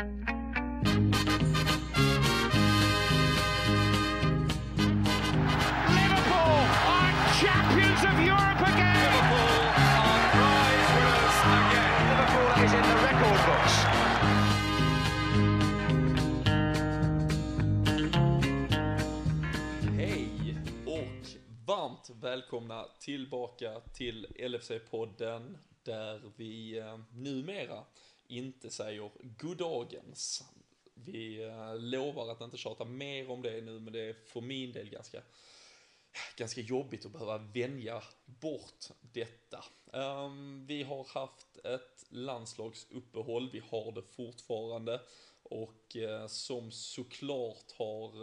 Liverpool are champions of Europe again. Liverpool are prize winners again. Liverpool is in the record books. Hej och varmt välkomna tillbaka till LFC-podden där vi numera inte säger goddagens. Vi lovar att inte tjata mer om det nu, men det är för min del ganska jobbigt att behöva vänja bort detta. Vi har haft ett landslagsuppehåll, vi har det fortfarande och som såklart har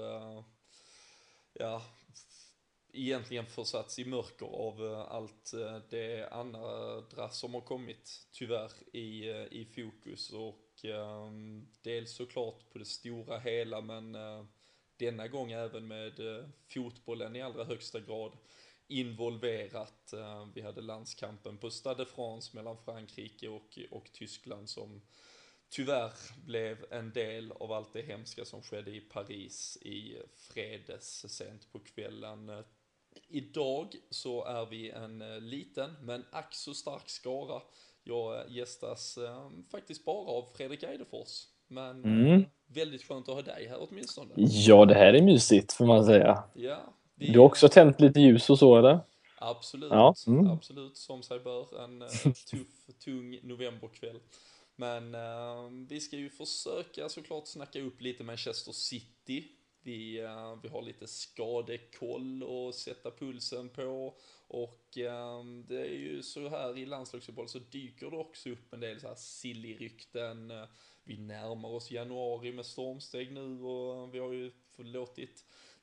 egentligen försatts i mörker av allt det andra som har kommit tyvärr i fokus och dels såklart på det stora hela, men denna gång även med fotbollen i allra högsta grad involverat. Vi hade landskampen på Stade de France mellan Frankrike och Tyskland som tyvärr blev en del av allt det hemska som skedde i Paris i fredags sent på kvällen. Idag så är vi en liten men ack så stark skara. Jag gästas faktiskt bara av Fredrik Eidefors. Men väldigt skönt att ha dig här åtminstone. Ja, det här är mysigt får man säga. Ja, Du har också tänt lite ljus och så, eller? Absolut, Ja. absolut som sig bör. En tung novemberkväll. Men vi ska ju försöka såklart snacka upp lite Manchester City. Vi har lite skadekoll och sätta pulsen på. Och det är ju så här i landslagsfotboll så dyker det också upp en del så här silly-rykten. Vi närmar oss januari med stormsteg nu och vi har ju låtit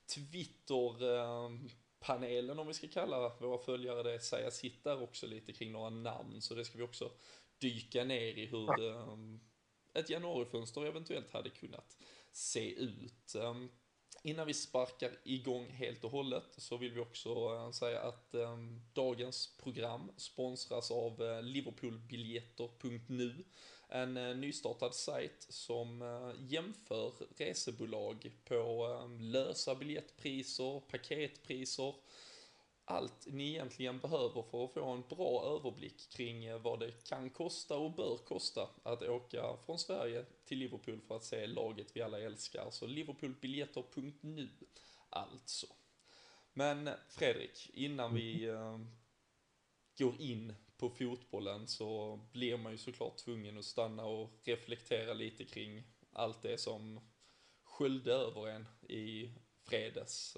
Twitter-panelen, om vi ska kalla våra följare det, säga sitt där också lite kring några namn. Så det ska vi också dyka ner i hur ett januarifönster eventuellt hade kunnat se ut. Innan vi sparkar igång helt och hållet så vill vi också säga att dagens program sponsras av Liverpoolbiljetter.nu, en nystartad sajt som jämför resebolag på lösa biljettpriser, paketpriser, allt ni egentligen behöver för att få en bra överblick kring vad det kan kosta och bör kosta att åka från Sverige till Liverpool för att se laget vi alla älskar. Så Liverpoolbiljetter.nu alltså. Men Fredrik, innan vi går in på fotbollen så blir man ju såklart tvungen att stanna och reflektera lite kring allt det som sköljde över en i fredags.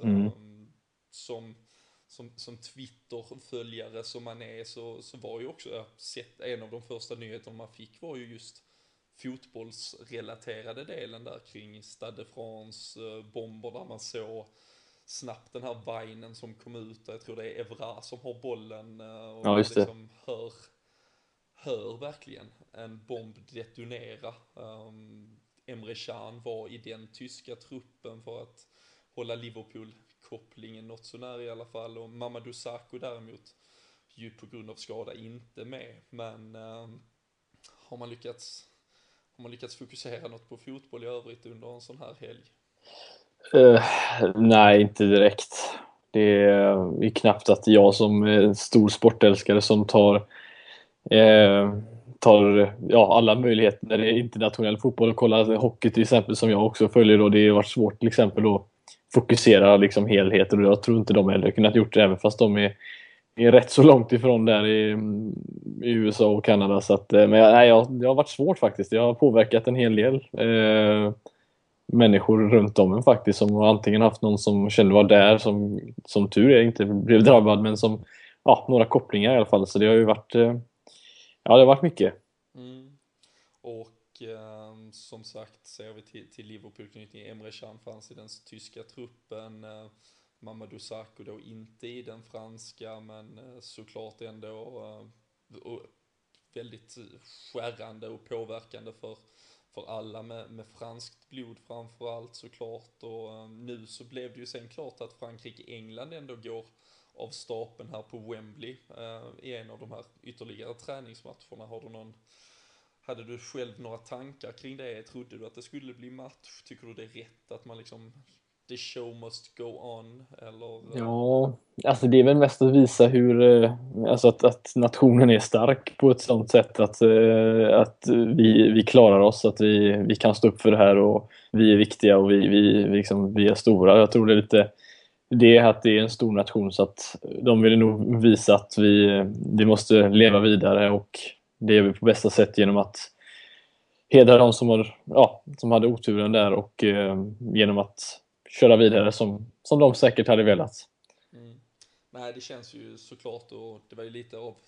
Som Twitter-följare som man är så var ju också sett en av de första nyheterna man fick var ju just fotbollsrelaterade delen där kring Stade de France bomber där man såg snabbt den här vinen som kom ut. Jag tror det är Evra som har bollen och ja, just det. Liksom hör verkligen en bomb detonera. Emre Can var i den tyska truppen för att hålla Liverpool-kopplingen något så när i alla fall. Och Mamadou Sakho däremot ju på grund av skada inte med. Men har man lyckats fokusera något på fotboll i övrigt under en sån här helg? Nej, inte direkt. Det är knappt att jag som stor sportälskare som tar alla möjligheter när det är internationell fotboll och kollar hockey till exempel som jag också följer då. Det har varit svårt till exempel att fokusera liksom helheten och jag tror inte de heller kunnat gjort det även fast de är rätt så långt ifrån där i USA och Kanada. Så att, men det har varit svårt faktiskt. Jag har påverkat en hel del människor runt om en faktiskt som antingen haft någon som kände var där som tur är inte blev drabbad men som några kopplingar i alla fall. Så det har ju varit det har varit mycket. Och som sagt ser vi till Liverpool-knytning. Emre Can fanns i den tyska truppen. Mamadou Sakho då inte i den franska, men såklart ändå väldigt skärrande och påverkande för alla med franskt blod framförallt såklart. Och nu så blev det ju sen klart att Frankrike-England ändå går av stapeln här på Wembley i en av de här ytterligare träningsmatcherna. Hade du själv några tankar kring det? Trodde du att det skulle bli match? Tycker du det är rätt att man liksom, the show must go on? Eller? Ja, alltså det är väl mest att visa hur, alltså att nationen är stark på ett sånt sätt att vi klarar oss, att vi kan stå upp för det här och vi är viktiga och vi är stora. Jag tror det är lite det att det är en stor nation, så att de vill nog visa att vi måste leva vidare, och det gör vi på bästa sätt genom att hedra de som hade oturen där, och genom att köra vidare som de säkert hade velat. Mm. Nej, det känns ju såklart, och det var ju lite av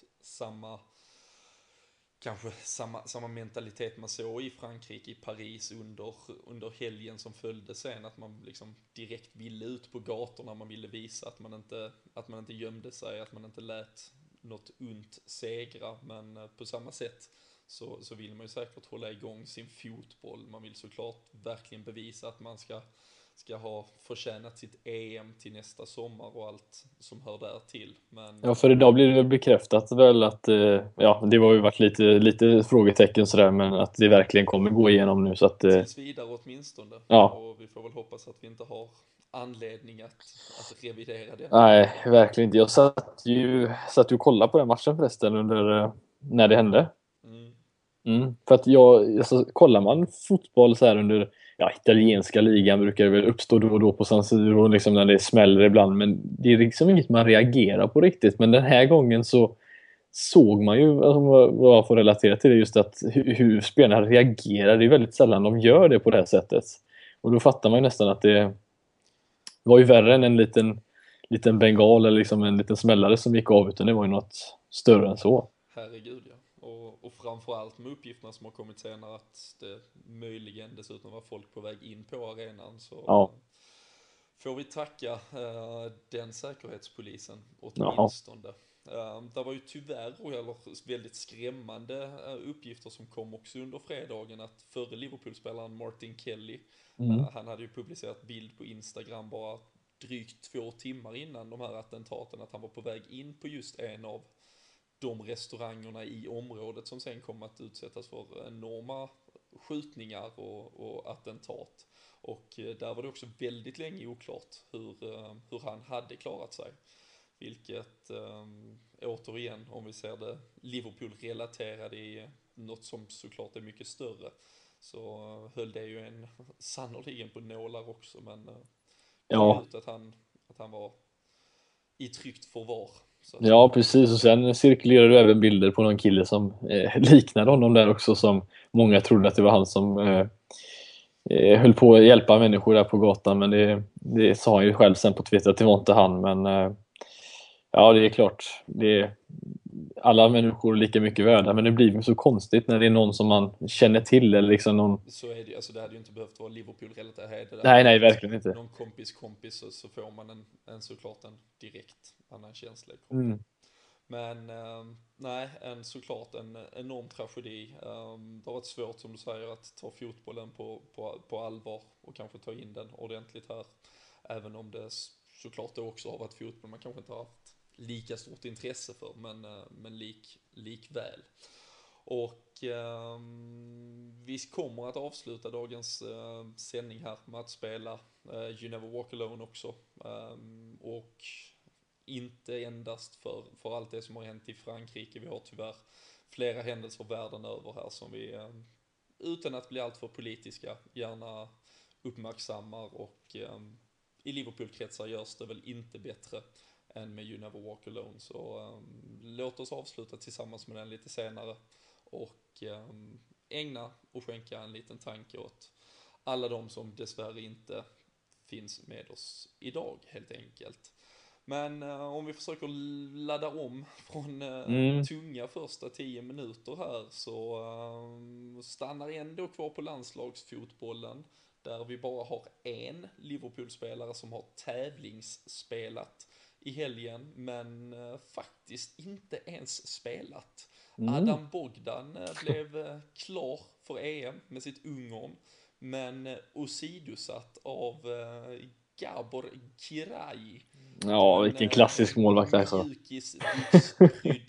samma mentalitet man såg i Frankrike, i Paris under helgen som följde sen, att man liksom direkt ville ut på gatorna, man ville visa att man inte gömde sig, att man inte lät något ont segra, men på samma sätt så vill man ju säkert hålla igång sin fotboll. Man vill såklart verkligen bevisa att man ska ha förtjänat sitt EM till nästa sommar och allt som hör där till. Men Ja, för idag blir det väl bekräftat väl att det var ju varit lite frågetecken sådär, men att det verkligen kommer gå igenom nu, så att tills vidare åtminstone. Ja. Och vi får väl hoppas att vi inte har anledning att revidera det. Nej, verkligen inte. Jag satt ju och kollade på den matchen förresten under när det hände. För att kollar man fotboll så här under italienska ligan, brukar det väl uppstå då och då på San Siro liksom, när det smäller ibland, men det är liksom inget man reagerar på riktigt. Men den här gången så såg man ju, vad jag får relatera till det, just att hur spelarna reagerar. Det är väldigt sällan de gör det på det här sättet, och då fattar man ju nästan att det var ju värre än en liten bengal eller liksom en liten smällare som gick av, utan det var ju något större än så. Herregud, ja. Och framförallt med uppgifterna som har kommit senare, att det möjligen dessutom var folk på väg in på arenan, så får vi tacka den säkerhetspolisen åtminstone. Det var ju tyvärr väldigt skrämmande uppgifter som kom också under fredagen, att förre Liverpool-spelaren Martin Kelly, han hade ju publicerat bild på Instagram bara drygt 2 timmar innan de här attentaten, att han var på väg in på just en av de restaurangerna i området som sen kom att utsättas för enorma skjutningar och attentat. Och där var det också väldigt länge oklart hur han hade klarat sig. Vilket återigen, om vi ser det Liverpool-relaterade i något som såklart är mycket större, så höll det ju sannoliken på nålar också, men ut att han var i tryggt förvar. Ja, precis. Och sen cirkulerar det även bilder på någon kille som liknar honom där också, som många trodde att det var han som höll på att hjälpa människor där på gatan, men det sa han ju själv sen på Twitter att det var inte han. Men det är klart, alla människor är lika mycket värda, men det blir ju så konstigt när det är någon som man känner till, eller liksom någon... Så är det, alltså det hade ju inte behövt vara Liverpool-relaterat. Nej, verkligen inte. Någon kompis så får man såklart en direkt annan känsla. Men såklart en enorm tragedi. Det har varit svårt, som du säger, att ta fotbollen på allvar och kanske ta in den ordentligt här. Även om det såklart det också har varit fotboll man kanske inte har haft lika stort intresse för, men likväl. Och vi kommer att avsluta dagens sändning här med att spela You Never Walk Alone också. Och inte endast för allt det som har hänt i Frankrike. Vi har tyvärr flera händelser världen över här som vi, utan att bli alltför politiska, gärna uppmärksammar, och i Liverpool-kretsar görs det väl inte bättre än med You Never Walk Alone. Så låt oss avsluta tillsammans med den lite senare, och ägna och skänka en liten tanke åt alla de som dessvärre inte finns med oss idag, helt enkelt. Men om vi försöker ladda om från tunga första 10 minuter här, så stannar ändå kvar på landslagsfotbollen, där vi bara har en Liverpool-spelare som har tävlingsspelat i helgen, men faktiskt inte ens spelat. Adam Bogdan blev klar för EM med sitt Ungern, men åsidosatt av Gabor Kiraly. Ja, vilken klassisk målvakt alltså. Mjukisbyxprydde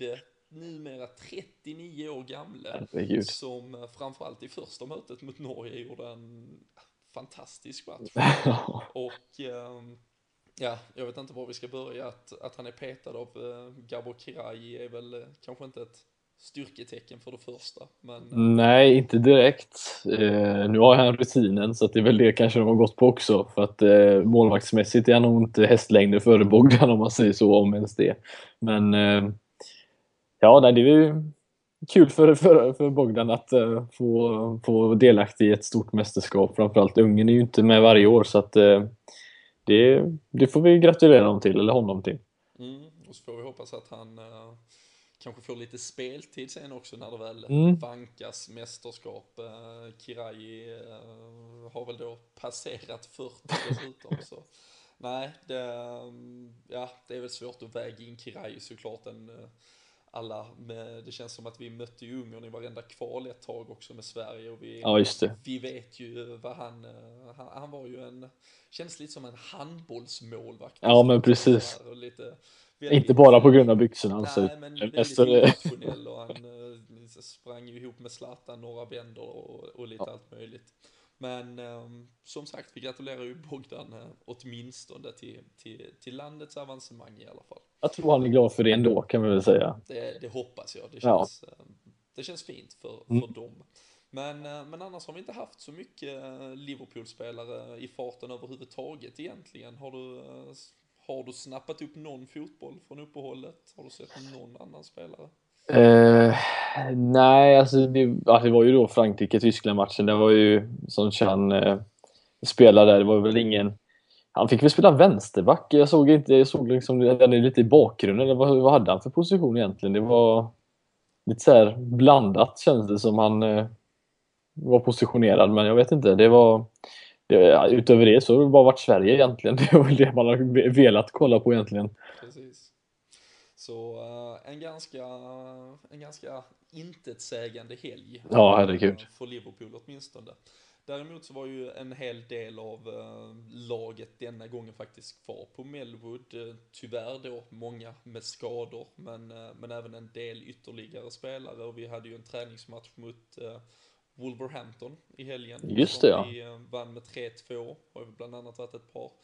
numera 39 år gamla Herregud. som framförallt i första mötet mot Norge gjorde en fantastisk match. Och ja, jag vet inte var vi ska börja. Att han är petad av Gabor Kiraly är väl kanske inte ett styrketecken för det första. Men, Nej, inte direkt. Nu har han rutinen, så att det är väl det kanske de har gått på också. För att målvaktsmässigt är han nog inte hästlängder före Bogdan, om man säger så, om ens det. Men ja, nej, det är ju kul för Bogdan att få delaktig i ett stort mästerskap. Framförallt Ungern är ju inte med varje år, så att det får vi gratulera honom till, eller honom till. Och så får vi hoppas att han kanske får lite speltid sen också när det väl vankas mästerskap. Kiraly har väl då passerat 40 dessutom. Så. Nej, det är väl svårt att väga in Kiraly såklart. Det känns som att vi mötte ju Ungern i varenda kval ett tag också med Sverige. Och vi vet ju vad han var ju känns lite som en handbollsmålvakt. Ja, men precis. Väldigt, inte bara på grund av byxorna. Alltså. Nej, men väldigt emotionell, och han sprang ju ihop med Zlatan några vändor och lite allt möjligt. Men som sagt, vi gratulerar ju Bogdan åtminstone till landets avancemang i alla fall. Jag tror han är glad för det ändå, kan man väl säga. Det hoppas jag. Det känns fint för dem. Men annars har vi inte haft så mycket Liverpool-spelare i farten överhuvudtaget egentligen. Har du snappat upp någon fotboll från uppehållet? Har du sett någon annan spelare? Nej, alltså det var ju då Frankrike-Tyskland-matchen. Det var ju som Chan spelade där. Det var väl ingen... Han fick väl spela vänsterback. Jag såg liksom den är lite i bakgrunden. Eller vad hade han för position egentligen? Det var lite så här blandat, känns det som han var positionerad. Men jag vet inte. Utöver det så har det bara varit Sverige egentligen. Det var väl det man har velat kolla på egentligen. Precis. Så en ganska intetsägande helg. Ja, herregud. För Liverpool åtminstone. Däremot så var ju en hel del av laget denna gången faktiskt kvar på Melwood. Tyvärr då många med skador, men även en del ytterligare spelare. Och vi hade ju en träningsmatch mot Wolverhampton i helgen. Just det, ja. Vi vann med 3-2. Har ju bland annat varit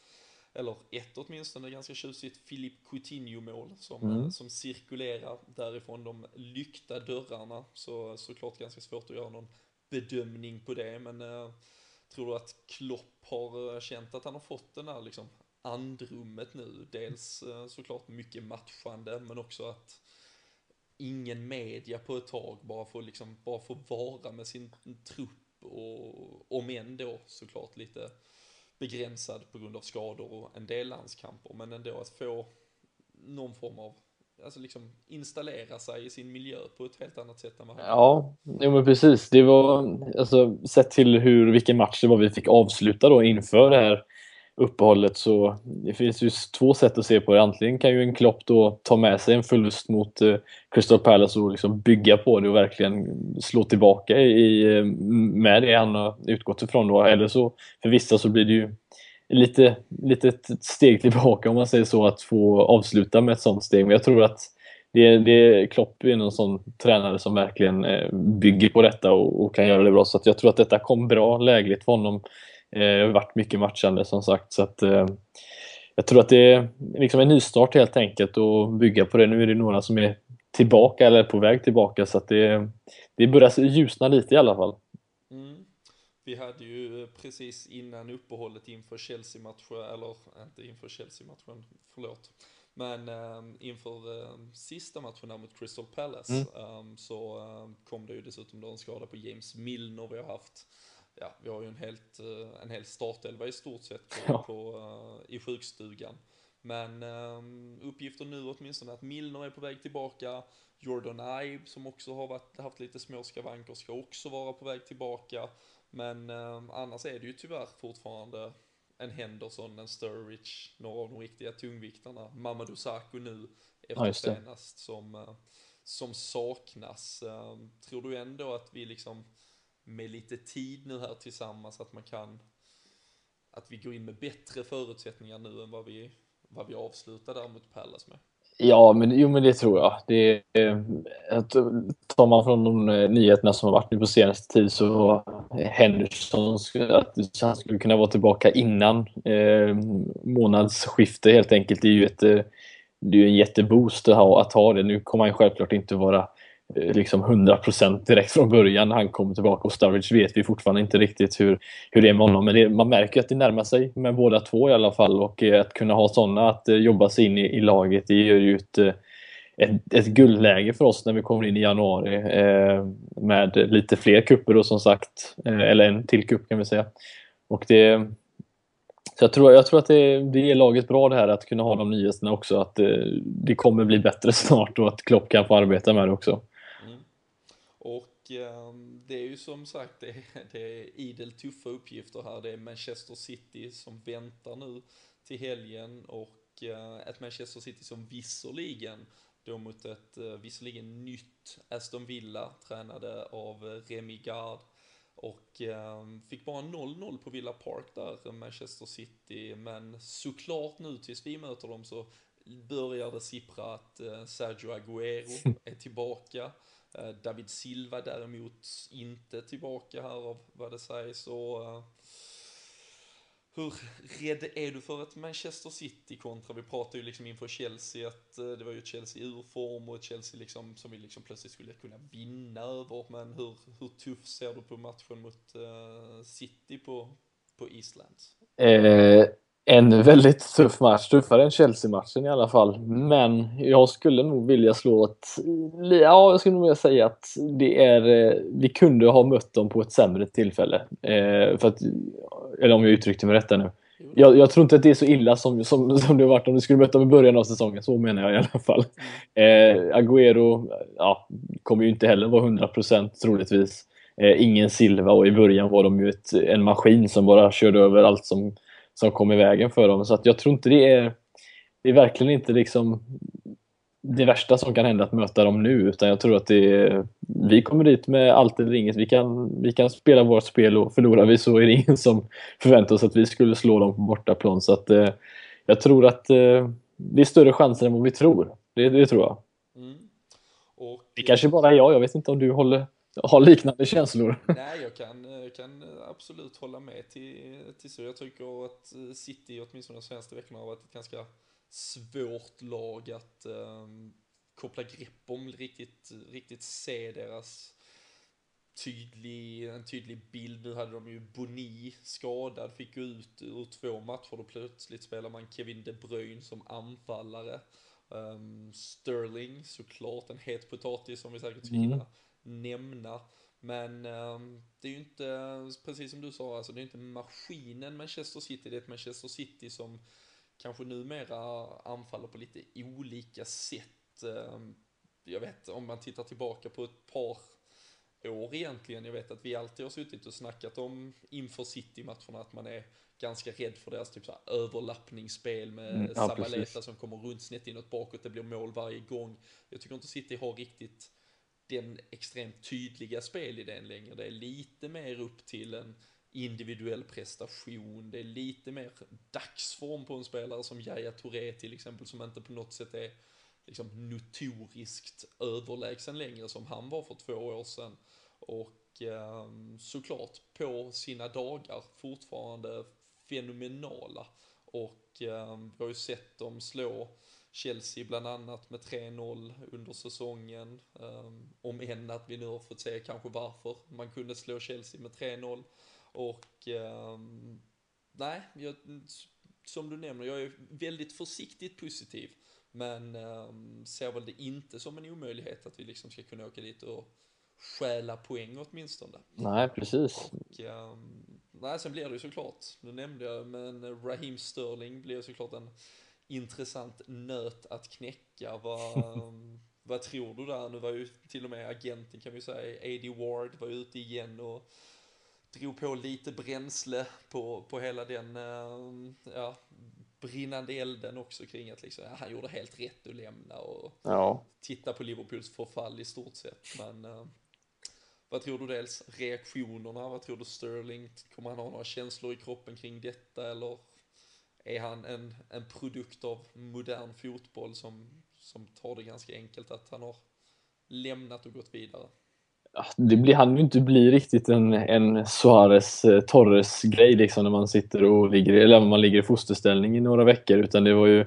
ett åtminstone ganska tjusigt Philippe Coutinho-mål som cirkulerar därifrån de lyckta dörrarna. Såklart ganska svårt att göra någon bedömning på det, men tror du att Klopp har känt att han har fått den här liksom andrummet nu? Dels såklart mycket matchande, men också att ingen media på ett tag bara får vara med sin trupp, och om ändå såklart lite begränsad på grund av skador och en del landskamper, men ändå att få någon form av installera sig i sin miljö på ett helt annat sätt än vad han. Ja, men precis. Det var sett till vilken match det var vi fick avsluta då inför det här uppehållet, så det finns ju två sätt att se på det. Antingen kan ju en Klopp då ta med sig en förlust mot Crystal Palace och liksom bygga på det och verkligen slå tillbaka med det han har utgått ifrån då. Eller så för vissa så blir det ju lite ett steg tillbaka, om man säger så, att få avsluta med ett sånt steg. Men jag tror att Klopp är någon sån tränare som verkligen bygger på detta och kan göra det bra. Så att jag tror att detta kom bra lägligt för honom. Det har varit mycket matchande som sagt. Så att jag tror att det är liksom en nystart helt enkelt och bygga på det. Nu är det några som är tillbaka eller på väg tillbaka, så att det börjar ljusna lite i alla fall. Vi hade ju precis innan uppehållet inför Chelsea-matchen, eller inte inför Chelsea-matchen, förlåt. Men inför sista matchen här mot Crystal Palace så kom det ju dessutom då en skada på James Milner. Vi har ju en hel startelva i stort sett i sjukstugan. Men uppgifter nu åtminstone att Milner är på väg tillbaka. Jordan Ibe, som också har haft lite små skavanker, ska också vara på väg tillbaka. Men annars är det ju tyvärr fortfarande en Henderson, en Sturridge, några av de riktiga tungviktarna. Mamadou Sakho nu efter senast som saknas. Tror du ändå att vi med lite tid nu här tillsammans att vi går in med bättre förutsättningar nu än vad vi avslutar där mot Palace med? Ja, men det tror jag. Tar man från de nyheterna som har varit nu på senaste tid, så Henderson att han skulle kunna vara tillbaka innan månadsskifte helt enkelt. Det är ju en jätteboost att ha det. Nu kommer han självklart inte vara liksom 100% direkt från början när han kommer tillbaka, och Sturridge vet vi fortfarande inte riktigt hur det är med honom, men man märker att det närmar sig med båda två i alla fall, och att kunna ha sådana att jobba sig in i laget, det gör ju ett guldläge för oss när vi kommer in i januari med lite fler kupper då, som sagt, eller en till kupp kan vi säga, och så jag tror att det ger laget bra det här att kunna ha de nyheterna också, att det kommer bli bättre snart och att Klopp kan få arbeta med det också. Och det är ju som sagt, det är idel tuffa uppgifter här. Det är Manchester City som väntar nu till helgen, och ett Manchester City som visserligen då mot ett visserligen nytt Aston Villa tränade av Remy Gard, och fick bara 0-0 på Villa Park där, Manchester City. Men såklart nu tills vi möter dem så börjar det sippra att Sergio Aguero är tillbaka. David Silva däremot inte tillbaka här av vad det sägs. Och hur rädd är du för ett Manchester City kontra, vi pratar ju liksom inför Chelsea att det var ju ett Chelsea ur form och ett Chelsea liksom, som vi liksom plötsligt skulle kunna vinna över, men hur tuff ser du på matchen mot City på Island? En väldigt tuff match, tuffare än Chelsea-matchen i alla fall, men jag skulle nog vilja jag skulle nog vilja säga att vi kunde ha mött dem på ett sämre tillfälle, för att, eller om jag uttryckte mig rätt nu. Jag tror inte att det är så illa som det har varit om du skulle möta dem i början av säsongen, så menar jag i alla fall. Aguero kommer ju inte heller vara 100% troligtvis. Ingen Silva, och i början var de ju en maskin som bara körde över allt som kom i vägen för dem. Så att jag tror inte det är verkligen inte liksom det värsta som kan hända att möta dem nu, utan jag tror att vi kommer dit med allt eller inget. Vi kan spela vårt spel, och förlorar vi så är det ingen som förväntar oss att vi skulle slå dem på bortaplan. Så att jag tror att det är större chanser än vad vi tror. Det tror jag. Och det kanske bara är jag vet inte om du har liknande känslor. Nej, jag kan absolut hålla med till så. Jag tycker att City åtminstone de senaste veckorna har varit ett ganska svårt lag att koppla grepp om, riktigt se deras en tydlig bild. Nu hade de ju Boni skadad, fick gå ut ur 2 matcher, då plötsligt spelar man Kevin De Bruyne som anfallare. Sterling, såklart en het potatis som vi säkert ska hinna nämna. Men det är ju inte, precis som du sa, alltså det är inte maskinen Manchester City, det är ett Manchester City som kanske numera anfaller på lite olika sätt. Jag vet, om man tittar tillbaka på ett par år egentligen, jag vet att vi alltid har suttit och snackat om inför City-matcherna att man är ganska rädd för deras typ så här överlappningsspel med Zabaleta som kommer runt snett inåt bakåt, det blir mål varje gång. Jag tycker inte City har riktigt den extremt tydliga spelidén längre. Det är lite mer upp till en individuell prestation. Det är lite mer dagsform på en spelare som Yaya Touré till exempel, som inte på något sätt är liksom notoriskt överlägsen längre som han var för 2 år sedan. Och såklart på sina dagar fortfarande fenomenala. Och vi har ju sett dem slå Chelsea bland annat med 3-0 under säsongen. Om än att vi nu har fått se kanske varför man kunde slå Chelsea med 3-0. Och nej, som du nämner, jag är väldigt försiktigt positiv. Men ser väl det inte som en omöjlighet att vi liksom ska kunna åka dit och stjäla poäng åtminstone. Nej, precis. Och nej, sen blir det ju såklart, nu nämnde jag, men Raheem Sterling blir såklart en intressant nöt att knäcka. Vad tror du där? Nu var ju till och med agenten, kan vi säga, A.D. Ward var ute igen och drog på lite bränsle på hela den brinnande elden också kring att liksom, han gjorde helt rätt att lämna och titta på Liverpools förfall i stort sett. Men vad tror du dels reaktionerna? Vad tror du Sterling? Kommer han ha några känslor i kroppen kring detta, eller är han en produkt av modern fotboll som som tar det ganska enkelt att han har lämnat och gått vidare. Han ju inte bli riktigt en Suarez Torres grej liksom när man sitter och ligger i fosterställning i några veckor, utan det var ju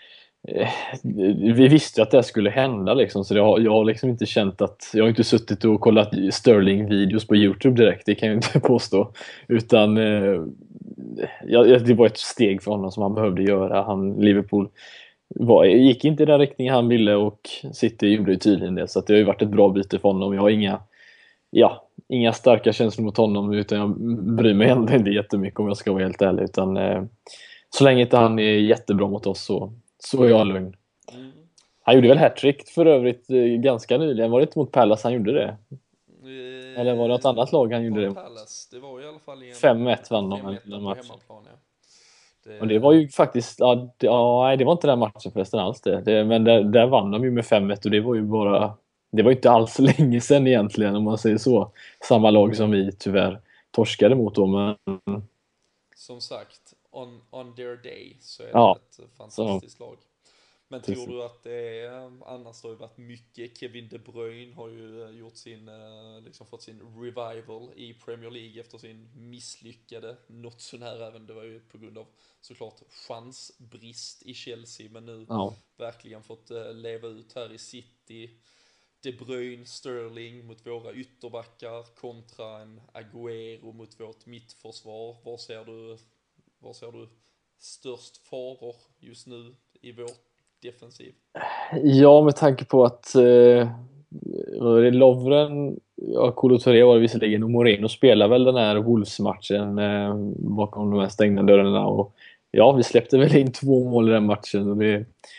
vi visste att det skulle hända liksom, så jag har liksom inte känt att jag har inte suttit och kollat Sterling-videos på YouTube direkt, det kan jag inte påstå, utan det var ett steg för honom som han behövde göra. Liverpool gick inte i den riktningen han ville och City gjorde ju tydligen det, så att det har ju varit ett bra byte för honom. Jag har inga starka känslor mot honom, utan jag bryr mig egentligen inte jättemycket om jag ska vara helt ärlig, utan så länge inte han är jättebra mot oss så är jag lugn. Han gjorde väl hattrick för övrigt ganska nyligen, var det inte mot Palace han gjorde det? Eller var det något annat lag han gjorde det? Palace, det var i alla fall 5-1 vann de den matchen. Och det var ju faktiskt nej, det var inte den matchen förresten alls men där vann de ju med 5-1, och det var ju inte alls länge sedan egentligen, om man säger så. Samma lag som vi tyvärr torskade mot dem, men som sagt, on their day så är det ett fantastiskt lag. Men tror du att det är, annars har ju varit mycket, Kevin De Bruyne har ju gjort fått sin revival i Premier League efter sin misslyckade, något så nära, även det var ju på grund av såklart chansbrist i Chelsea, men nu verkligen fått leva ut här i City. De Bruyne, Sterling mot våra ytterbackar kontra en Agüero mot vårt mittförsvar. Var ser du störst faror just nu i vår defensiv? Ja, med tanke på att Lovren, Kolo Touré var det visserligen, och Moreno spelar väl den här Wolves-matchen bakom de här stängda dörrarna, och vi släppte väl in 2 mål i den matchen, och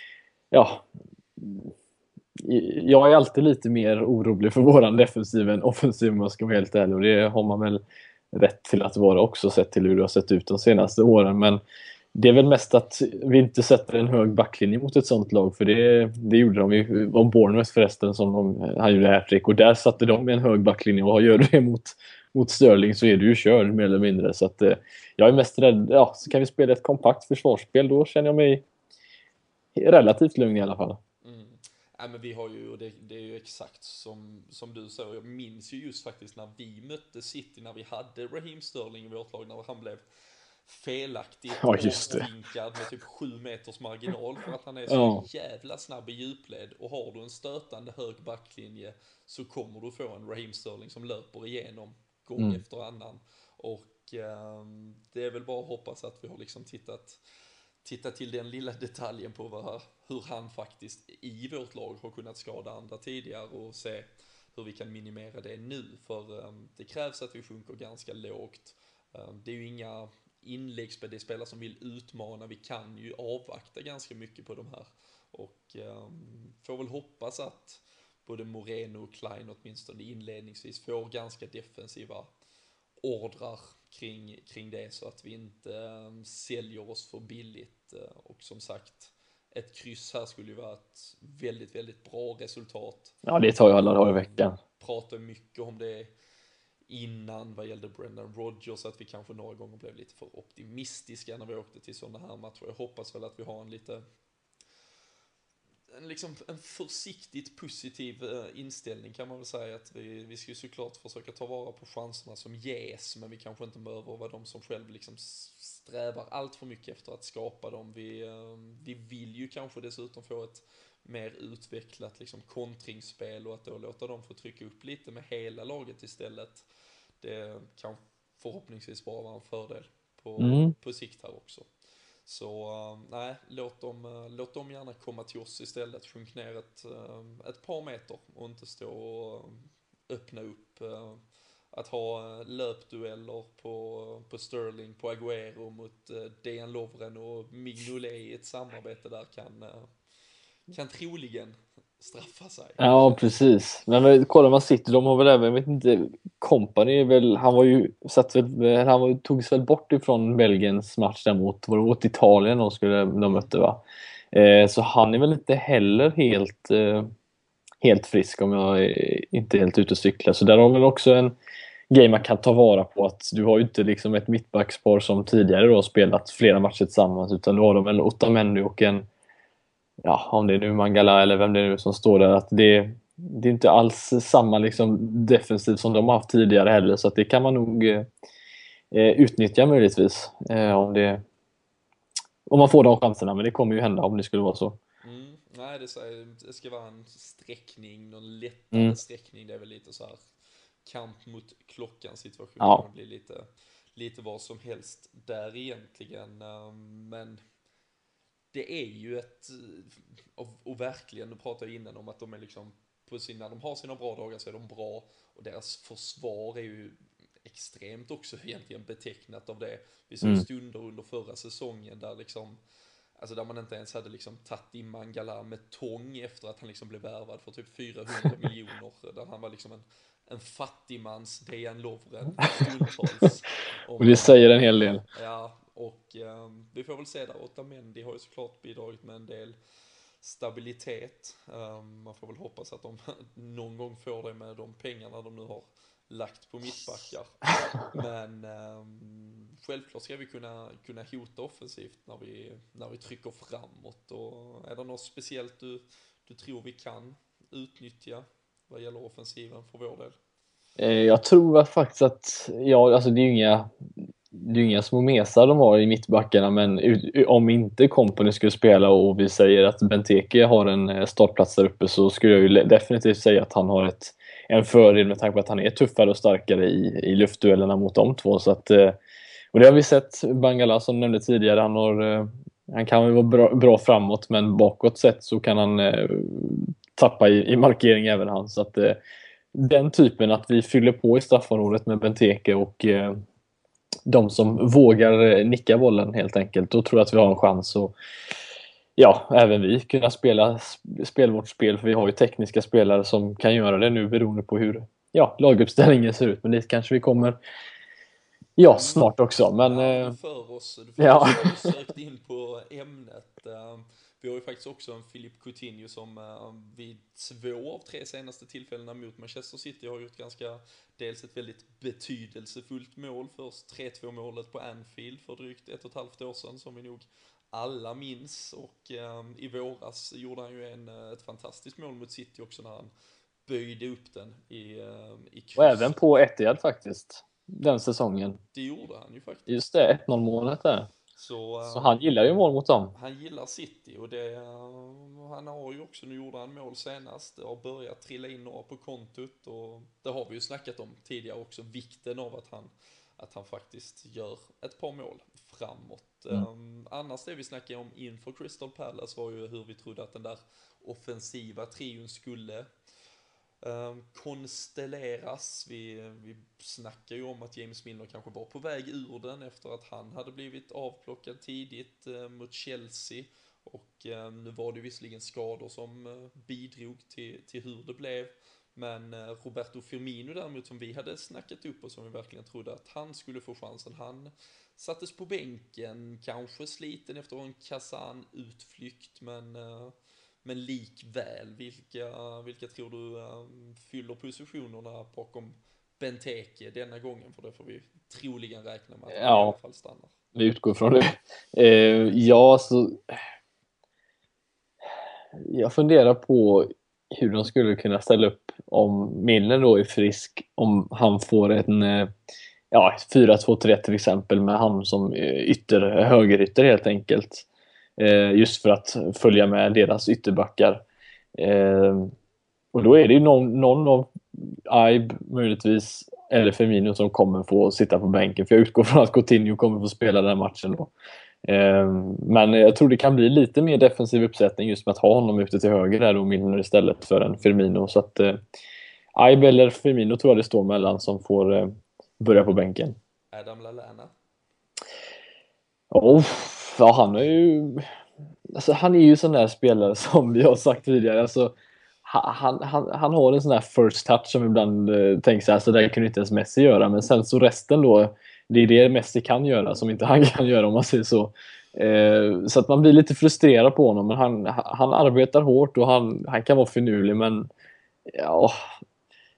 jag är alltid lite mer orolig för våran defensiv än offensiv, om jag ska vara helt ärlig, och det har man väl rätt till att vara också, sett till hur det har sett ut de senaste åren, men det är väl mest att vi inte sätter en hög backlinje mot ett sånt lag, för det gjorde de ju om Bournemouth förresten, som han gjorde hattrick, och där satte de med en hög backlinje, och gör du det mot Sterling så är du ju körd mer eller mindre, så att jag är mest rädd, så kan vi spela ett kompakt försvarsspel, då känner jag mig relativt lugn i alla fall. Ja, men vi har ju, och det är ju exakt som du sa, jag minns ju just faktiskt när vi mötte City, när vi hade Raheem Sterling i vårt lag, när han blev felaktigt avvinkad med typ 7 meters marginal för att han är så jävla snabb i djupled, och har du en stötande hög backlinje så kommer du få en Raheem Sterling som löper igenom gång efter annan, och det är väl bara att hoppas att vi har liksom titta till den lilla detaljen på hur han faktiskt i vårt lag har kunnat skada andra tidigare, och se hur vi kan minimera det nu, för det krävs att vi sjunker ganska lågt. Det är ju inga inläggsspel, det är spelare som vill utmana, vi kan ju avvakta ganska mycket på de här, och får väl hoppas att både Moreno och Klein åtminstone inledningsvis får ganska defensiva ordrar kring det, så att vi inte säljer oss för billigt, och som sagt, ett kryss här skulle ju vara ett väldigt, väldigt bra resultat. Ja, det tar ju alla dagar i veckan. Pratar mycket om det innan vad gällde Brendan Rodgers, att vi kanske några gånger blev lite för optimistiska när vi åkte till sådana här matcher. Jag hoppas väl att vi har en försiktigt positiv inställning, kan man väl säga, att vi ska ju såklart försöka ta vara på chanserna som ges, men vi kanske inte behöver vara de som själv liksom strävar allt för mycket efter att skapa dem. Vi vill ju kanske dessutom få ett mer utvecklat liksom kontringsspel, och att då låta dem få trycka upp lite med hela laget istället. Det kan förhoppningsvis bara vara en fördel på sikt här också. Så nej, låt dem gärna komma till oss istället. Sjunk ner ett par meter och inte stå och öppna upp. Att ha löpdueller på Sterling, på Agüero mot Dejan Lovren och Mignolet i ett samarbete där kan troligen straffa sig. Ja, precis. Men kollar man City, de har väl även, jag vet inte, Kompany väl, han togs väl bort ifrån Belgiens match där mot Italien de mötte, va? Så han är väl inte heller helt frisk, om jag inte är helt ute och cyklar. Så där har väl också en grej man kan ta vara på, att du har ju inte liksom ett mittbackspar som tidigare då spelat flera matcher tillsammans, utan du har de en Otamendi och en ja, om det är nu Mangala eller vem det är nu som står där, att det är inte alls samma liksom defensiv som de har haft tidigare heller, så att det kan man nog utnyttja möjligtvis om man får de chanserna, men det kommer ju hända om det skulle vara så. Nej, det ska vara en sträckning, någon lättare sträckning, det är väl lite så här kamp mot klockan situation, Ja. det blir lite vad som helst där egentligen, men det är ju och verkligen, du pratade innan om att de är liksom när de har sina bra dagar så är de bra, och deras försvar är ju extremt också egentligen betecknat av det. Vi såg stunder under förra säsongen där liksom, alltså där man inte ens hade liksom tagit in Mangala med tång efter att han liksom blev värvad för typ 400 miljoner, där han var liksom en fattigmans Dejan Lovren stundtals. Och det säger en hel del. Ja, och vi får väl se där. Otamendi har ju såklart bidragit med en del stabilitet. Man får väl hoppas att de någon gång får det med de pengarna de nu har lagt på mittbackar. Men självklart ska vi kunna hota offensivt när vi trycker framåt. Och är det något speciellt du tror vi kan utnyttja vad gäller offensiven för vår del? Jag tror faktiskt att alltså det är ju inga små mesar de har i mittbackarna, men om inte Kompany skulle spela och vi säger att Benteke har en startplats där uppe, så skulle jag ju definitivt säga att han har en fördel med tanke på att han är tuffare och starkare i luftduellerna mot de två. Så att, och det har vi sett. Mangala som nämnde tidigare, han kan väl vara bra framåt, men bakåt sett så kan han tappa i markering även han. Så att den typen, att vi fyller på i straffområdet med Benteke och de som vågar nicka bollen helt enkelt, då tror jag att vi har en chans att även vi kunna spela vårt spel, för vi har ju tekniska spelare som kan göra det nu beroende på hur laguppställningen ser ut, men det kanske vi kommer snart också. Men du för oss sökt in på ämnet. Vi har ju faktiskt också en Philippe Coutinho som vid 2 av 3 senaste tillfällena mot Manchester City har gjort dels ett väldigt betydelsefullt mål. Först 3-2 målet på Anfield för drygt 1,5 år sedan, som vi nog alla minns. Och i våras gjorde han ju ett fantastiskt mål mot City också, när han böjde upp den i kryss. Och även på Etihad faktiskt, den säsongen. Det gjorde han ju faktiskt. Just det, 1-0 målet där. Så han gillar ju mål mot dem. Han gillar City, och han har ju också, nu gjorde han mål senast, det har börjat trilla in några på kontot, och det har vi ju snackat om tidigare också, vikten av att han faktiskt gör ett par mål framåt. Annars det vi snackade om inför Crystal Palace var ju hur vi trodde att den där offensiva trion skulle konstelleras. Vi snackar ju om att James Milner kanske var på väg ur den efter att han hade blivit avplockad tidigt mot Chelsea, och nu var det visserligen skador som bidrog till hur det blev, men Roberto Firmino däremot, som vi hade snackat upp och som vi verkligen trodde att han skulle få chansen, han sattes på bänken, kanske sliten efter en Kazan-utflykt, men likväl, vilka tror du fyller positionerna bakom Benteke denna gången? För det får vi troligen räkna med att han i alla fall stannar. Vi utgår från det. Jag funderar på hur de skulle kunna ställa upp om Milner då är frisk, om han får en 4-2-3 till exempel, med han som högerytter helt enkelt. Just för att följa med deras ytterbackar. Och då är det ju någon av Ibe möjligtvis eller Firmino som kommer få sitta på bänken, för jag utgår från att Coutinho kommer få spela den här matchen då. Men jag tror det kan bli lite mer defensiv uppsättning just med att ha honom ute till höger där och Milner istället för en Firmino. Så att Ibe eller Firmino tror jag det står mellan som får börja på bänken. Adam Lallana. Han är ju, alltså, han är ju sån där spelare som vi har sagt tidigare. Alltså, han har en sån där first touch som ibland tänker så här, så där kan ju inte ens Messi göra, men sen så resten då, det är det Messi kan göra som inte han kan göra, om man säger så. Så att man blir lite frustrerad på honom, men han arbetar hårt och han kan vara finurlig, men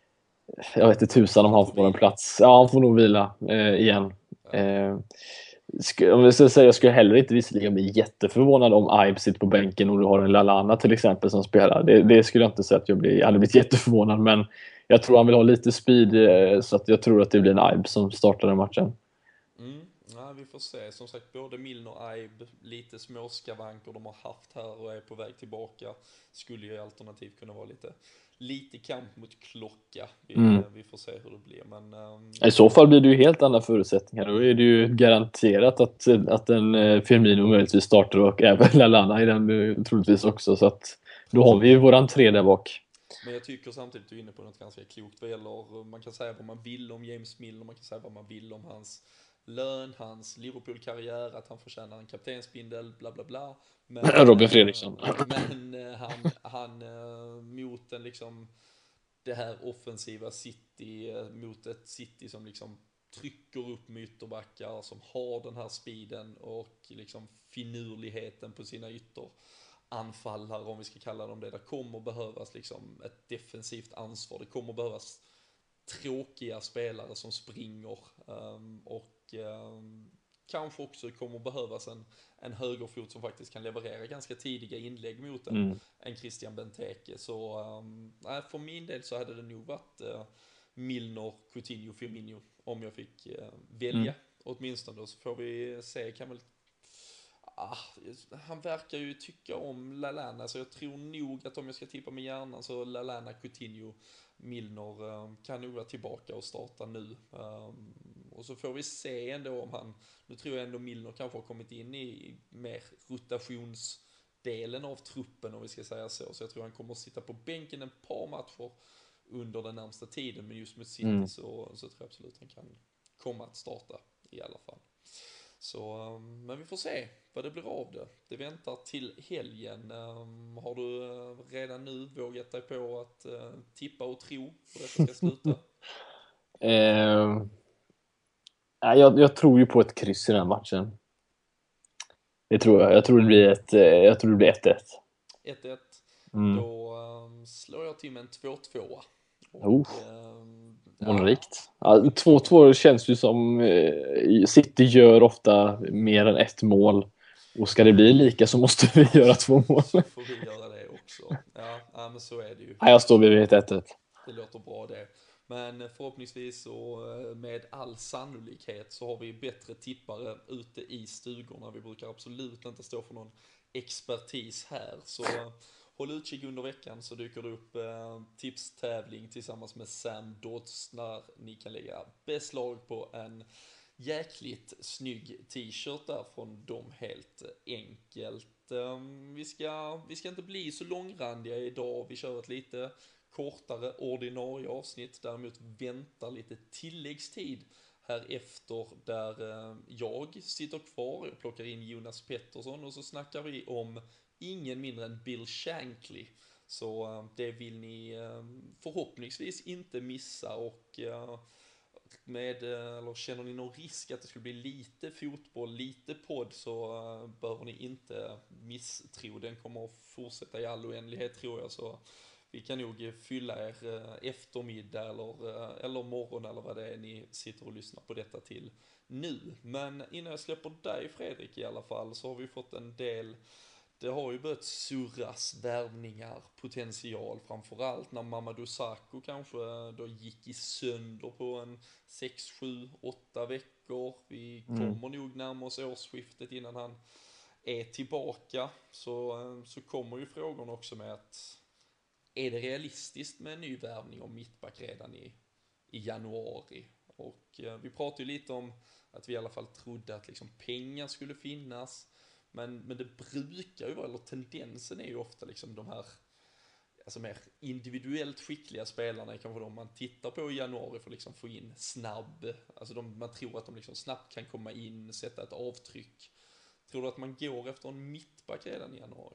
jag vet inte tusan om han får en plats. Ja, han får nog vila igen. Om jag ska säga, jag skulle heller inte visserligen bli jätteförvånad om Ibe sitter på bänken och du har en Lallana till exempel som spelar. Det skulle jag inte säga att jag hade blivit jätteförvånad, men jag tror han vill ha lite speed, så att jag tror att det blir en Ibe som startar den matchen. Ja, vi får se. Som sagt, både Milner och Ibe, lite småskavanker de har haft här och är på väg tillbaka. Skulle ju alternativt kunna vara lite kamp mot klocka. Vi får se hur det blir. Men, i så fall blir det ju helt andra förutsättningar. Då är det ju garanterat att en Firmino möjligtvis startar och även Lallana i den troligtvis också. Så att då har vi ju våran 3 där bak. Men jag tycker samtidigt att du är inne på något ganska klokt vad gäller, man kan säga vad man vill om James Milner, man kan säga vad man vill om hans lön, hans Liverpool-karriär, att han förtjänar en kaptensbindel, bla bla bla. Men, Robin Fredriksson. Men han mot en liksom det här offensiva City, mot ett City som liksom trycker upp med ytterbackar, som har den här speeden och liksom finurligheten på sina ytteranfallare, om vi ska kalla dem det. Det kommer behövas liksom ett defensivt ansvar, det kommer behövas tråkiga spelare som springer och kanske också kommer behövas en högerfot som faktiskt kan leverera ganska tidiga inlägg mot en Christian Benteke. Så för min del så hade det nog varit Milner, Coutinho, Firmino om jag fick välja. Åtminstone då, så får vi se. Han verkar ju tycka om Lallana, så jag tror nog att om jag ska tippa med hjärnan så Lallana, Coutinho, Milner kan nog vara tillbaka och starta nu. Och så får vi se ändå om han, nu tror jag ändå Milner kanske har kommit in i mer rotationsdelen av truppen, om vi ska säga så jag tror han kommer att sitta på bänken ett par matcher under den närmsta tiden, men just mot City så tror jag absolut han kan komma att starta i alla fall. Så, men vi får se vad det blir av det. Det väntar till helgen. Har du redan nu vågat dig på att tippa och tro hur detta ska sluta? Jag tror ju på ett kryss i den matchen. Det tror jag. Jag tror det blir 1-1. 1-1. Då slår jag till med en 2-2. Målrikt. 2-2 känns ju som City gör ofta mer än ett mål. Och ska det bli lika så måste vi göra 2 mål. Så får vi göra det också. Ja, men så är det ju. Jag står vid 1-1. Det låter bra det. Men förhoppningsvis och med all sannolikhet så har vi bättre tippare ute i stugorna. Vi brukar absolut inte stå för någon expertis här. Så håll utkik under veckan, så dyker det upp tipstävling tillsammans med Sam Dodds när ni kan lägga beslag på en jäkligt snygg t-shirt där från dem, helt enkelt. Vi ska inte bli så långrandiga idag. Vi kör ett lite kortare ordinarie avsnitt. Däremot väntar lite tilläggstid här efter, där jag sitter kvar och plockar in Jonas Pettersson, och så snackar vi om ingen mindre än Bill Shankly. Så det vill ni förhoppningsvis inte missa, och eller känner ni någon risk att det skulle bli lite fotboll, lite podd, så behöver ni inte misstro. Den kommer att fortsätta i all oändlighet, tror jag, så vi kan nog fylla er eftermiddag eller morgon eller vad det är ni sitter och lyssnar på detta till nu. Men innan jag släpper dig, Fredrik, i alla fall, så har vi fått en del. Det har ju börjat surras värvningar, potential, framförallt när Mamadou Sakho kanske då gick i sönder på en 6, 7, 8 veckor. Vi kommer nog närma oss årsskiftet innan han är tillbaka. Så kommer ju frågan också med att är det realistiskt med en ny värvning om mittback redan i januari? Och vi pratade ju lite om att vi i alla fall trodde att liksom pengar skulle finnas. Men det brukar ju vara, eller tendensen är ju ofta liksom de här alltså mer individuellt skickliga spelarna, kanske de man tittar på i januari för liksom få in alltså man tror att de liksom snabbt kan komma in, sätta ett avtryck. Tror du att man går efter en mittback redan i januari?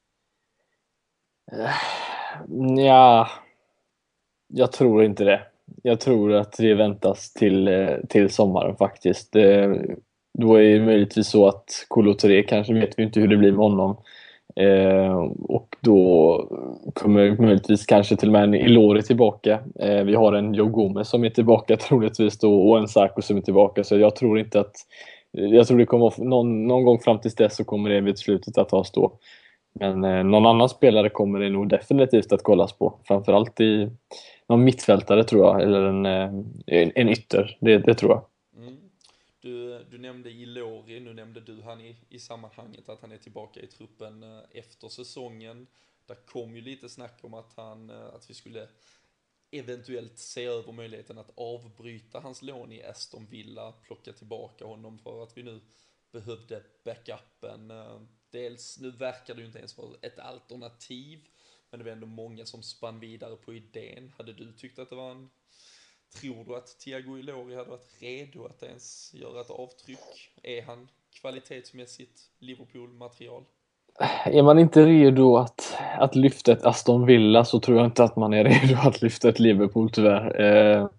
Ja, jag tror inte det. Jag tror att det väntas till sommaren faktiskt. Då är det möjligtvis så att Kolo Touré, kanske vet vi inte hur det blir med honom. Och då kommer möjligtvis kanske till och med en Ilori tillbaka. Vi har en Joe Gomez som är tillbaka troligtvis då, och en Sakho som är tillbaka. Så jag tror inte att jag tror det kommer någon gång fram till dess så kommer det vid slutet att ta stå. Men någon annan spelare kommer det nog definitivt att kollas på. Framförallt i någon mittfältare tror jag, eller en ytter, det tror jag. Du nämnde Ilori, nu nämnde du han i sammanhanget att han är tillbaka i truppen efter säsongen. Där kom ju lite snack om att vi skulle eventuellt se över möjligheten att avbryta hans lån i Aston Villa, plocka tillbaka honom för att vi nu behövde backupen. Dels, nu verkar det ju inte ens vara ett alternativ, men det var ändå många som spann vidare på idén. Hade du tyckt att det var tror du att Thiago Ilori hade varit redo att ens göra ett avtryck? Är han kvalitetsmässigt Liverpool-material? Är man inte redo att lyfta ett Aston Villa så tror jag inte att man är redo att lyfta ett Liverpool tyvärr.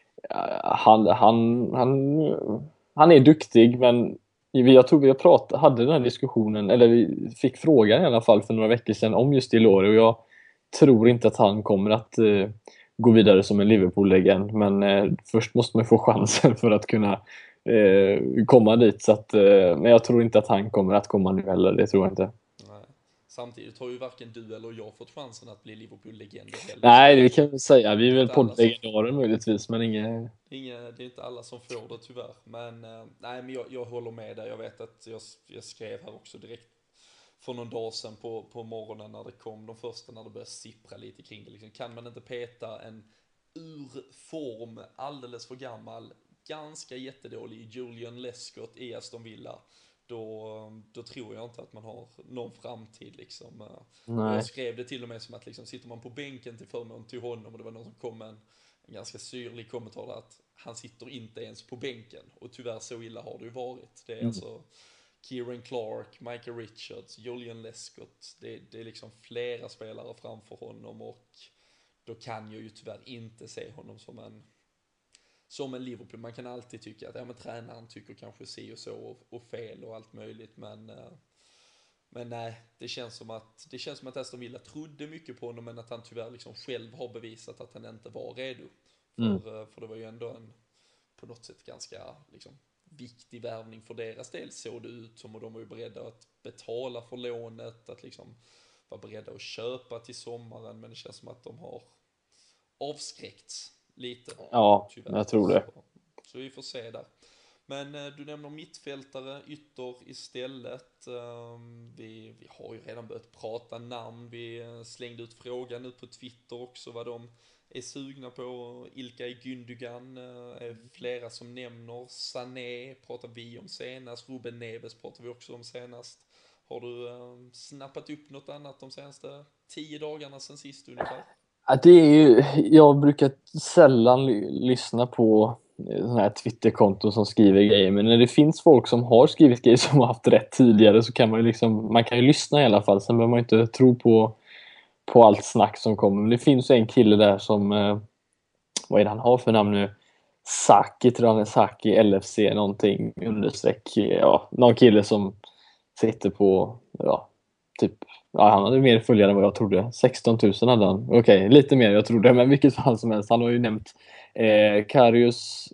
Han är duktig, men jag tror vi hade den här diskussionen, eller vi fick frågan i alla fall för några veckor sedan om just Ilori, och jag tror inte att han kommer att gå vidare som en Liverpool-legend, men först måste man få chansen för att kunna komma dit, så att, men jag tror inte att han kommer att komma nu heller, det tror jag inte. Nej. Samtidigt har ju varken du eller jag fått chansen att bli Liverpool-legender heller. Nej, det kan vi säga, vi är väl poddlegendarer möjligtvis, men det är inte alla som får det tyvärr, men nej, men jag håller med där. Jag vet att jag skrev här också direkt för någon dag sedan på morgonen när det kom de första, när det började sippra lite kring det. Liksom, kan man inte peta en ur form, alldeles för gammal, ganska jättedålig Julian Lescott i Aston Villa, då tror jag inte att man har någon framtid liksom. Jag skrev det till och med som att liksom, sitter man på bänken till förmån till honom, och det var någon som kom med en ganska syrlig kommentar där, att han sitter inte ens på bänken, och tyvärr så illa har det ju varit. Det är alltså Kieran Clark, Michael Richards, Julian Lescott, det är liksom flera spelare framför honom, och då kan jag ju tyvärr inte se honom som en Liverpool. Man kan alltid tycka att tränaren tycker kanske si och så och fel och allt möjligt, men nej, det känns som att Aston Villa trodde mycket på honom, men att han tyvärr liksom själv har bevisat att han inte var redo. För det var ju ändå på något sätt ganska liksom viktig värvning för deras del, såg det ut som, och de var ju beredda att betala för lånet, att liksom vara beredda att köpa till sommaren, men det känns som att de har avskräckts lite. Ja, tyvärr. Jag tror det. Så vi får se där. Men du nämner mittfältare, ytter istället. Vi har ju redan börjat prata namn. Vi slängde ut frågan nu på Twitter också vad de är sugna på. Ilkay Gündogan är flera som nämner. Sané pratar vi om senast. Ruben Neves pratar vi också om senast. Har du snappat upp något annat de senaste 10 dagarna sedan sist ungefär? Det är ju, jag brukar sällan lyssna på sådana här Twitterkonton som skriver grejer, men när det finns folk som har skrivit grejer som har haft rätt tidigare, så kan man ju liksom, man kan ju lyssna i alla fall. Sen behöver man inte tro på allt snack som kommer. Men det finns ju en kille där som, vad är det han har för namn nu? Saki, tror han är Saki, LFC någonting understreck, någon kille som sitter på, han hade mer följare än vad jag trodde. 16 000 hade han. Okej, lite mer jag trodde, men vilket fall som helst. Han har ju nämnt Karius,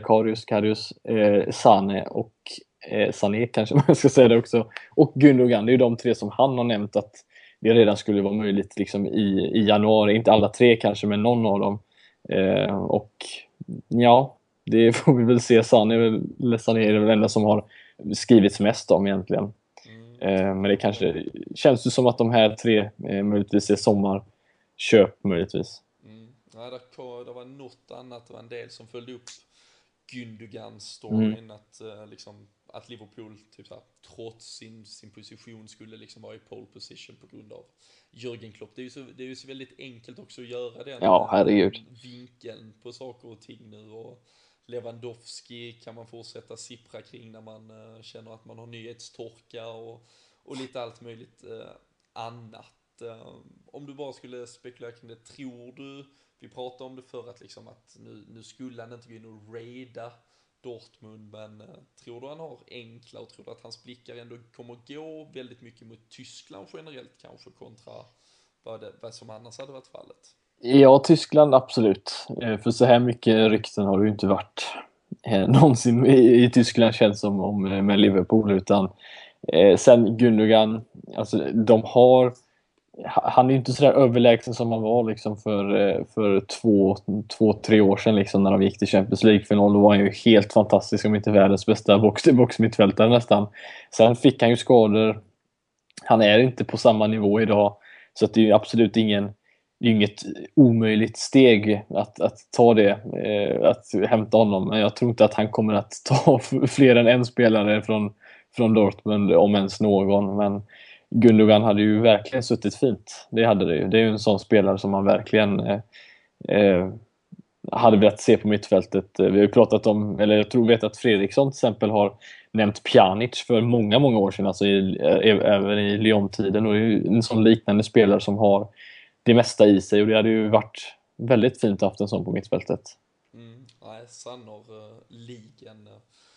Sané och Sané kanske man ska säga det också. Och Gündogan, det är ju de tre som han har nämnt att det redan skulle vara möjligt liksom i januari. Inte alla tre kanske, men någon av dem. Och ja, det får vi väl se. Sané är väl den enda som har skrivits mest om egentligen. Men det kanske känns ju som att de här tre möjligtvis är sommarköp möjligtvis. Ja, det var något annat, det var en del som följde upp Gündogan-storyn, att Liverpool typ så här, trots sin position skulle liksom vara i pole position på grund av Jürgen Klopp. Det är ju så väldigt enkelt också att göra den vinkeln på saker och ting nu, och Lewandowski kan man fortsätta sippra kring när man känner att man har nyhetstorka och lite allt möjligt annat. Om du bara skulle spekulera kring det, tror du, vi pratade om det för att liksom att nu skulle han inte gå in och raida Dortmund, men tror du han har enkla, och tror du att hans blickar ändå kommer gå väldigt mycket mot Tyskland generellt kanske kontra vad som annars hade varit fallet? Ja, Tyskland absolut. För så här mycket rykten har det ju inte varit någonsin i Tyskland känns som om med Liverpool, utan sen Gundogan, alltså han är ju inte sådär överlägsen som han var liksom för två, tre år sedan liksom, när de gick till Champions League-final. Då var han ju helt fantastisk, om inte världens bästa box-mittfältare nästan. Sen fick han ju skador. Han är inte på samma nivå idag, så att det är ju absolut inget omöjligt steg att ta det, att hämta honom. Men jag tror inte att han kommer att ta fler än en spelare från Dortmund, om ens någon. Men Gundogan hade ju verkligen suttit fint. Det hade det ju. Det är ju en sån spelare som man verkligen hade velat se på mittfältet. Vi har ju pratat om, eller jag vet att Fredriksson till exempel har nämnt Pjanic för många, många år sedan, alltså även i Lyon-tiden, och det är ju en sån liknande spelare som har det mesta i sig, och det hade ju varit väldigt fint att ha en sån på mittfältet. Nej, sannoliken.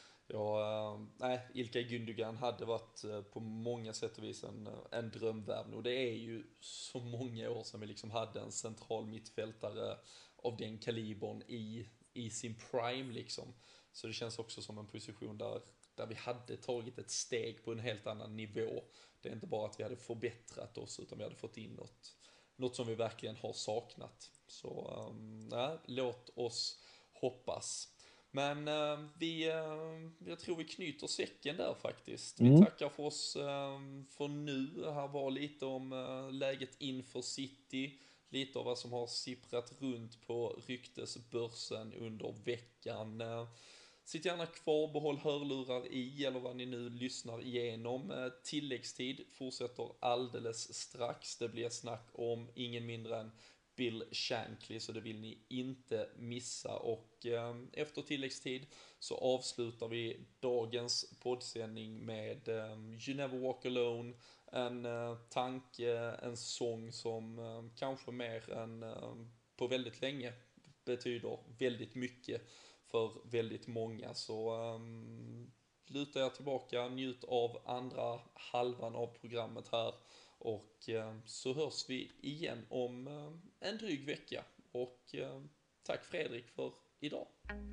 Ilkay Gündogan hade varit på många sätt och vis en drömvärvning, och det är ju så många år sedan vi liksom hade en central mittfältare av den kalibern i sin prime liksom. Så det känns också som en position där vi hade tagit ett steg på en helt annan nivå. Det är inte bara att vi hade förbättrat oss, utan vi hade fått in något som vi verkligen har saknat. Så låt oss hoppas. Men jag tror vi knyter säcken där faktiskt. Vi tackar för oss för nu. Här var lite om läget inför City. Lite av vad som har sipprat runt på ryktesbörsen under veckan. Sitt gärna kvar, behåll hörlurar i, eller vad ni nu lyssnar igenom. Tilläggstid fortsätter alldeles strax. Det blir snack om ingen mindre än Bill Shankly, så det vill ni inte missa. Och efter tilläggstid så avslutar vi dagens poddsändning med You Never Walk Alone. En tanke, en sång som kanske mer än på väldigt länge betyder väldigt mycket för väldigt många. Så luta er tillbaka, njut av andra halvan av programmet här, och så hörs vi igen om en dryg vecka. Och tack Fredrik för idag.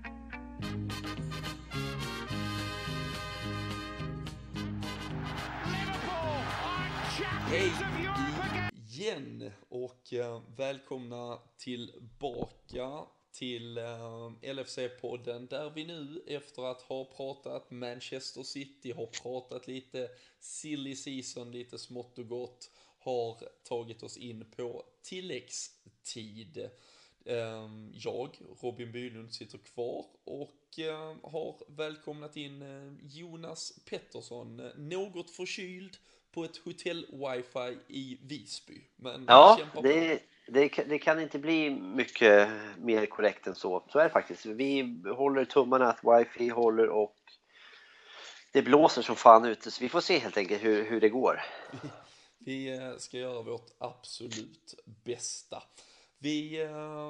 Hej igen och välkomna tillbaka till LFC-podden, där vi nu efter att ha pratat Manchester City, har pratat lite silly season, lite smått och gott, har tagit oss in på tilläggstid. Jag, Robin Bylund, sitter kvar och har välkomnat in Jonas Pettersson, något förkyld på ett hotell-wifi i Visby. Men ja, det kan inte bli mycket mer korrekt än så. Så är det faktiskt. Vi håller tummarna att wifi håller, och det blåser som fan ute. Så vi får se helt enkelt hur det går. Vi ska göra vårt absolut bästa. Vi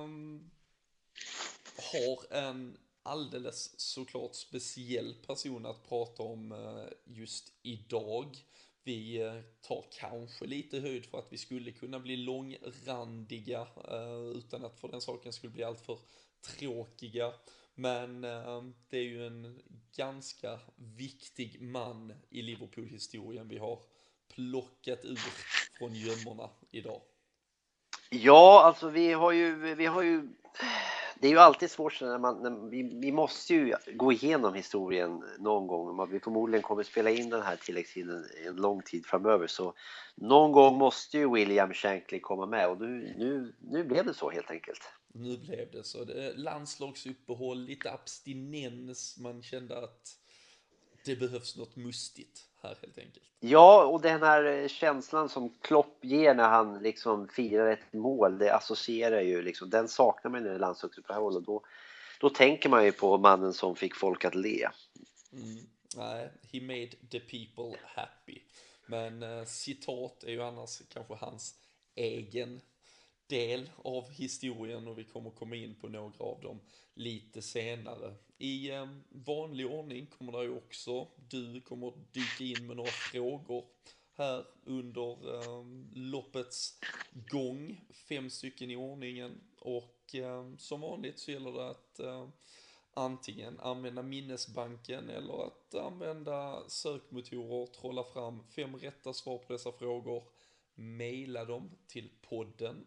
har en alldeles såklart speciell person att prata om just idag. Vi tar kanske lite höjd för att vi skulle kunna bli långrandiga utan att för den saken skulle bli allt för tråkiga. Men det är ju en ganska viktig man i Liverpool-historien vi har plockat ur från gömmorna idag. Ja, alltså vi har ju det är ju alltid svårt när vi måste ju gå igenom historien någon gång. Vi förmodligen kommer spela in den här tilläggstiden en lång tid framöver, så någon gång måste ju William Shankly komma med, och nu blev det så helt enkelt. Nu blev det så. Det är landslagsuppehåll, lite abstinens, man kände att det behövs något mustigt här helt enkelt. Ja, och den här känslan som Klopp ger när han liksom firar ett mål, det associerar ju liksom, den saknar man i det landslagsuppehåll, och då tänker man ju på mannen som fick folk att le. Nej, he made the people happy. Men citat är ju annars kanske hans egen del av historien, och vi kommer komma in på några av dem lite senare. I vanlig ordning kommer det ju också, du kommer dyka in med några frågor här under loppets gång, 5 stycken i ordningen, och som vanligt så gäller det antingen använda minnesbanken eller att använda sökmotorer, trolla fram 5 rätta svar på dessa frågor, mejla dem till podden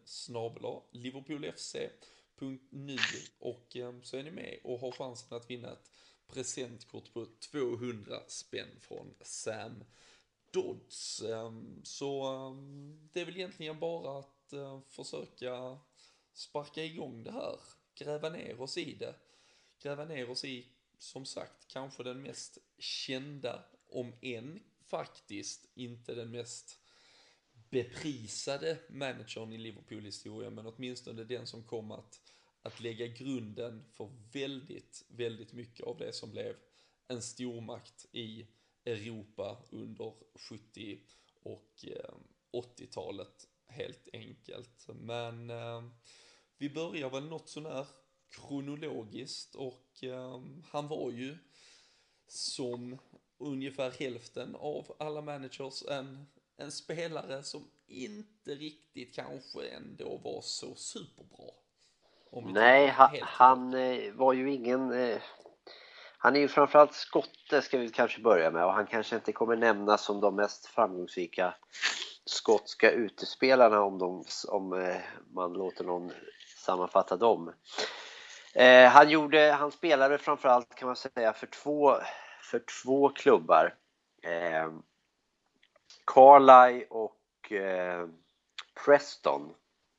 @liverpoolfc.nu och så är ni med och har chansen att vinna ett presentkort på 200 spänn från Sam Dodds. Så det är väl egentligen bara att försöka sparka igång det här, gräva ner oss i det. Gräva ner oss i, som sagt, kanske den mest kända, om än faktiskt inte den mest beprisade managern i Liverpool-historia, men åtminstone den som kom att lägga grunden för väldigt, väldigt mycket av det som blev en stormakt i Europa under 70- och 80-talet helt enkelt. Men vi börjar väl något sånär kronologiskt och han var ju som ungefär hälften av alla managers en spelare som inte riktigt kanske ändå var så superbra. Nej, han var ju ingen... Han är ju framförallt skotte, ska vi kanske börja med, och han kanske inte kommer nämnas som de mest framgångsrika skotska utespelarna om man låter någon sammanfatta dem. Han spelade framförallt, kan man säga, för två klubbar. Carlisle och Preston.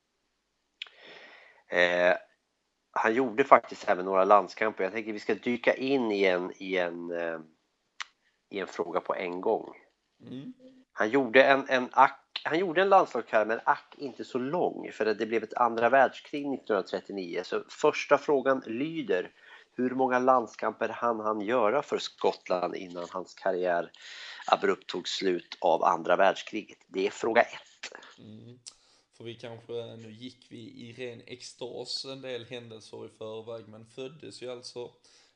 Han gjorde faktiskt även några landskamper. Jag tänker vi ska dyka in i en fråga på en gång. Han gjorde en landslagskarriär, men inte så lång, för det blev ett andra världskrig 1939. Så första frågan lyder: hur många landskamper han göra för Skottland innan hans karriär abrupt tog slut av andra världskriget? Det är fråga 1. För nu gick vi i ren extas en del händelser i förväg, men föddes ju alltså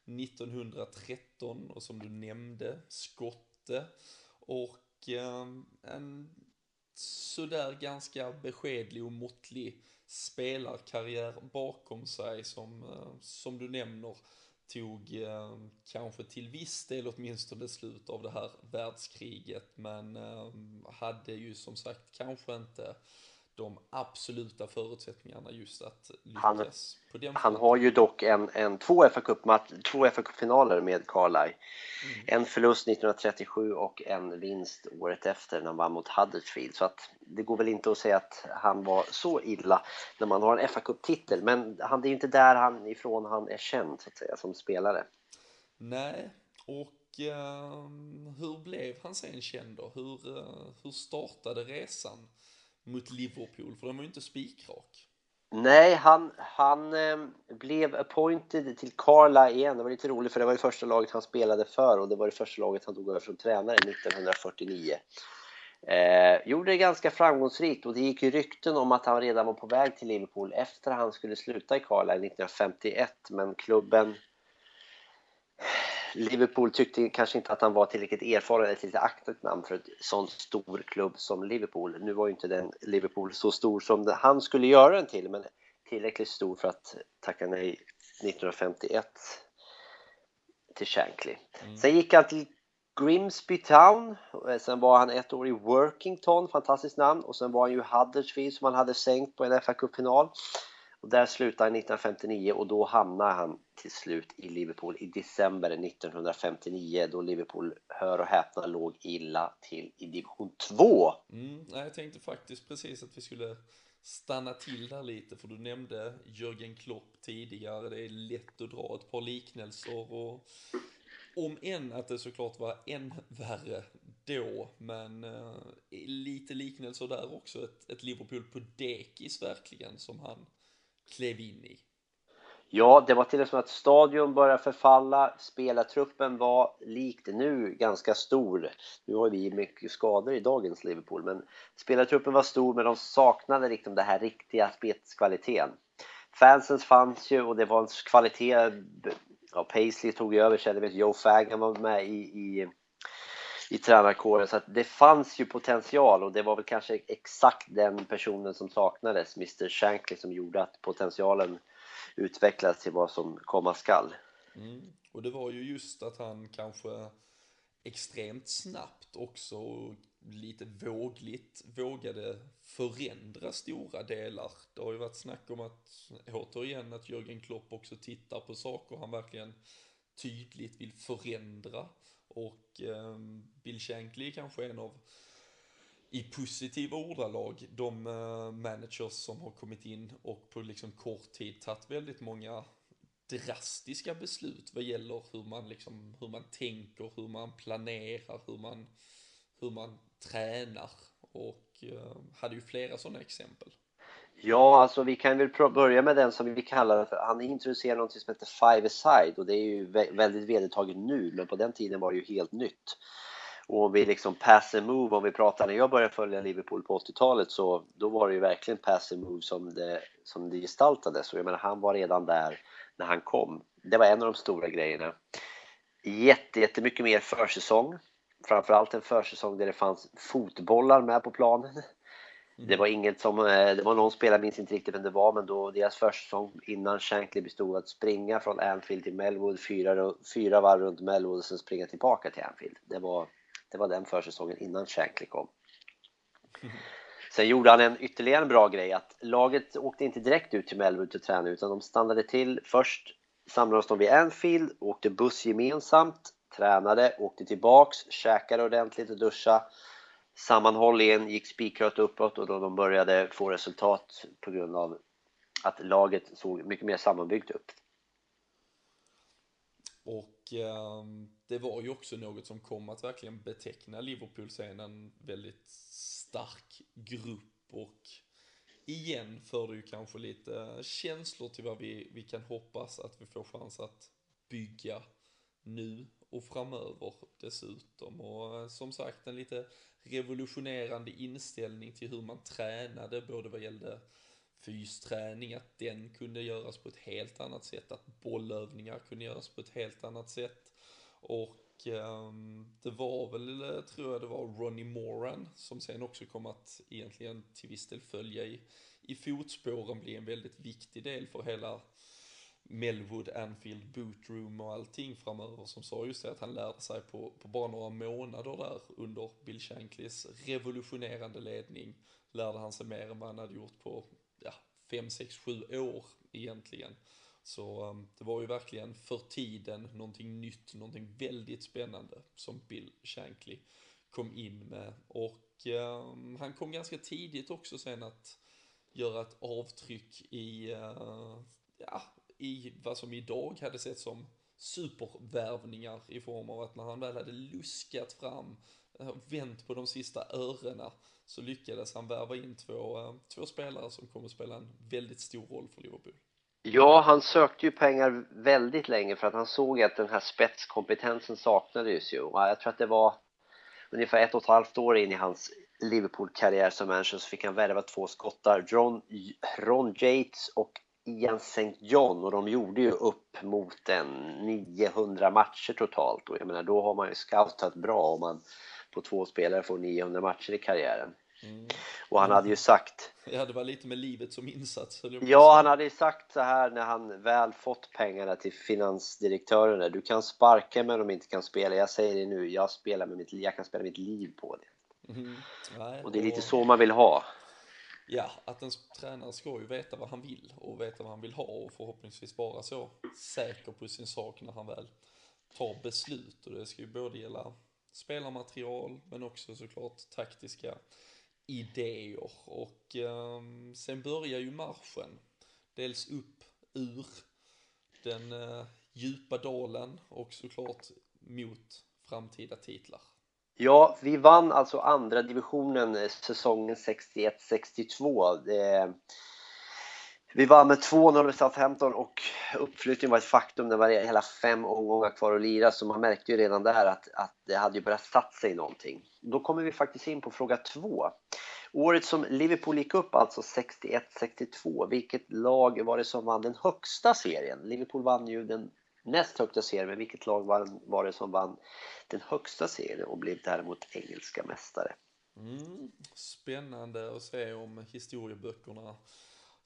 1913 och som du nämnde, skotte, och en sådär ganska beskedlig och måttlig spelarkarriär bakom sig som du nämner tog kanske till viss del åtminstone slut av det här världskriget, men hade ju som sagt kanske inte de absoluta förutsättningarna just att lyckas på den. Han har ju dock två FA-cupfinaler med Carlisle. En förlust 1937 och en vinst året efter när han vann mot Huddersfield. Så att det går väl inte att säga att han var så illa när man har en FA-cup-titel. Men det är ju inte där han är känd, så att säga, som spelare. Nej, och hur blev han sen känd då? Hur startade resan mot Liverpool? För de var ju inte spikrak. Nej, han blev appointed till Carlisle igen. Det var lite roligt, för det var det första laget han spelade för, och det var det första laget han tog över som tränare 1949. Gjorde det ganska framgångsrikt, och det gick ju rykten om att han redan var på väg till Liverpool efter att han skulle sluta i Carlisle 1951, men Liverpool tyckte kanske inte att han var tillräckligt erfaren eller tillräckligt aktivt namn för ett sån stor klubb som Liverpool. Nu var ju inte den Liverpool så stor som han skulle göra den till, men tillräckligt stor för att tacka nej 1951 till Shankly. Sen gick han till Grimsby Town, sen var han ett år i Workington, fantastiskt namn, och sen var han ju Huddersfield som han hade sänkt på en FA-cupfinal. Och där slutade han 1959, och då hamnade han till slut i Liverpool i december 1959, då Liverpool, hör och häpna, låg illa till i division 2. Jag tänkte faktiskt precis att vi skulle stanna till där lite, för du nämnde Jürgen Klopp tidigare. Det är lätt att dra ett par liknelser, och om än att det såklart var än värre då, men lite liknelser där också. Ett Liverpool på dekis verkligen som han klev in i. Ja, det var till och med att stadion började förfalla. Spelartruppen var likt nu ganska stor. Nu har vi mycket skador i dagens Liverpool, men spelartruppen var stor, men de saknade liksom det här riktiga spetskvaliteten. Fansen fanns ju, och det var en kvalitet. Ja, Paisley tog över, kände vi, Joe Fagan var med i tränarkåren, så att det fanns ju potential, och det var väl kanske exakt den personen som saknades, Mr. Shankly, som gjorde att potentialen utvecklades till vad som komma skall. Och det var ju just att han kanske extremt snabbt också lite vågligt vågade förändra stora delar. Det har ju varit snack om att återigen att Jürgen Klopp också tittar på saker han verkligen tydligt vill förändra, och Bill Shankly kanske är en av, i positiva ordalag, de managers som har kommit in och på liksom kort tid tagit väldigt många drastiska beslut vad gäller hur man tänker, hur man planerar, hur man tränar, och hade ju flera sådana exempel. Ja, alltså vi kan väl börja med den som vi kallar för, han introducerade något som heter five-a-side, och det är ju väldigt vedertaget nu, men på den tiden var det ju helt nytt. Och om vi liksom pass and move, om vi pratar när jag började följa Liverpool på 80-talet, så då var det ju verkligen pass and move som det gestaltades. Så jag menar, han var redan där när han kom. Det var en av de stora grejerna. Jättemycket mer försäsong. Framförallt en försäsong där det fanns fotbollar med på planen. Det var inget som, det var någon spelare, minns inte riktigt vem det var, men då deras försäsong innan Shankly bestod att springa från Anfield till Melwood, fyra varv runt Melwood och sen springa tillbaka till Anfield. Det var den försäsongen innan Shankly kom. Sen gjorde han ytterligare en bra grej, att laget åkte inte direkt ut till Melwood till träna, utan de stannade till. Först samlades de vid Anfield, åkte buss gemensamt, tränade, åkte tillbaks, käkade ordentligt och duscha. Sammanhåll igen, gick spikrat uppåt, och då de började få resultat på grund av att laget såg mycket mer sammanbyggt upp. Och det var ju också något som kom att verkligen beteckna Liverpool som en väldigt stark grupp, och igen för det ju kanske lite känslor till vad vi kan hoppas att vi får chans att bygga nu och framöver dessutom. Och som sagt, en lite revolutionerande inställning till hur man tränade, både vad gällde fysträning, att den kunde göras på ett helt annat sätt, att bollövningar kunde göras på ett helt annat sätt. Och det var väl, tror jag det var Ronnie Moran som sen också kom att egentligen till viss del följa i fotspåren, bli en väldigt viktig del för hela Melwood, Anfield, Bootroom och allting framöver, som sa just det, att han lärde sig på bara några månader där under Bill Shanklys revolutionerande ledning, lärde han sig mer än vad han hade gjort på 5, 6, 7 år egentligen. Så det var ju verkligen för tiden någonting nytt, någonting väldigt spännande som Bill Shankly kom in med. Och han kom ganska tidigt också sen att göra ett avtryck i vad som idag hade sett som supervärvningar, i form av att när han väl hade luskat fram, vänt på de sista örena, så lyckades han värva in två spelare som kommer att spela en väldigt stor roll för Liverpool. Ja, han sökte ju pengar väldigt länge för att han såg att den här spetskompetensen saknades ju. Och jag tror att det var ungefär 1,5 år in i hans Liverpool-karriär som manager, så fick han värva 2 skottar, Ron Yates och Ian St. John, och de gjorde ju upp mot 900 matcher totalt. Och jag menar, då har man ju scoutat bra om man på 2 spelare får 900 matcher i karriären. Och han hade ju sagt... Ja, det var lite med livet som insats. Ja, han hade ju sagt så här när han väl fått pengarna till finansdirektören: du kan sparka mig om de inte kan spela. Jag säger det nu, jag kan spela mitt liv på det. Nej, och det är lite så man vill ha. Ja, att en tränare ska ju veta vad han vill och veta vad han vill ha, och förhoppningsvis vara så säker på sin sak när han väl tar beslut. Och det ska ju både gälla spelarmaterial men också såklart taktiska idéer. Och sen börjar ju marschen dels upp ur den djupa dalen och såklart mot framtida titlar. Ja, vi vann alltså andra divisionen säsongen 61-62. Vi vann med 2-0 med Southampton, och uppflyttningen var ett faktum. Det var hela 5 omgångar kvar att lira, så man märkte ju redan där att det hade ju börjat satt sig någonting. Då kommer vi faktiskt in på fråga 2. Året som Liverpool gick upp, alltså 61-62, vilket lag var det som vann den högsta serien? Liverpool vann ju den näst högsta serien, men vilket lag var det som vann den högsta serien och blev däremot engelska mästare? Spännande att se om historieböckerna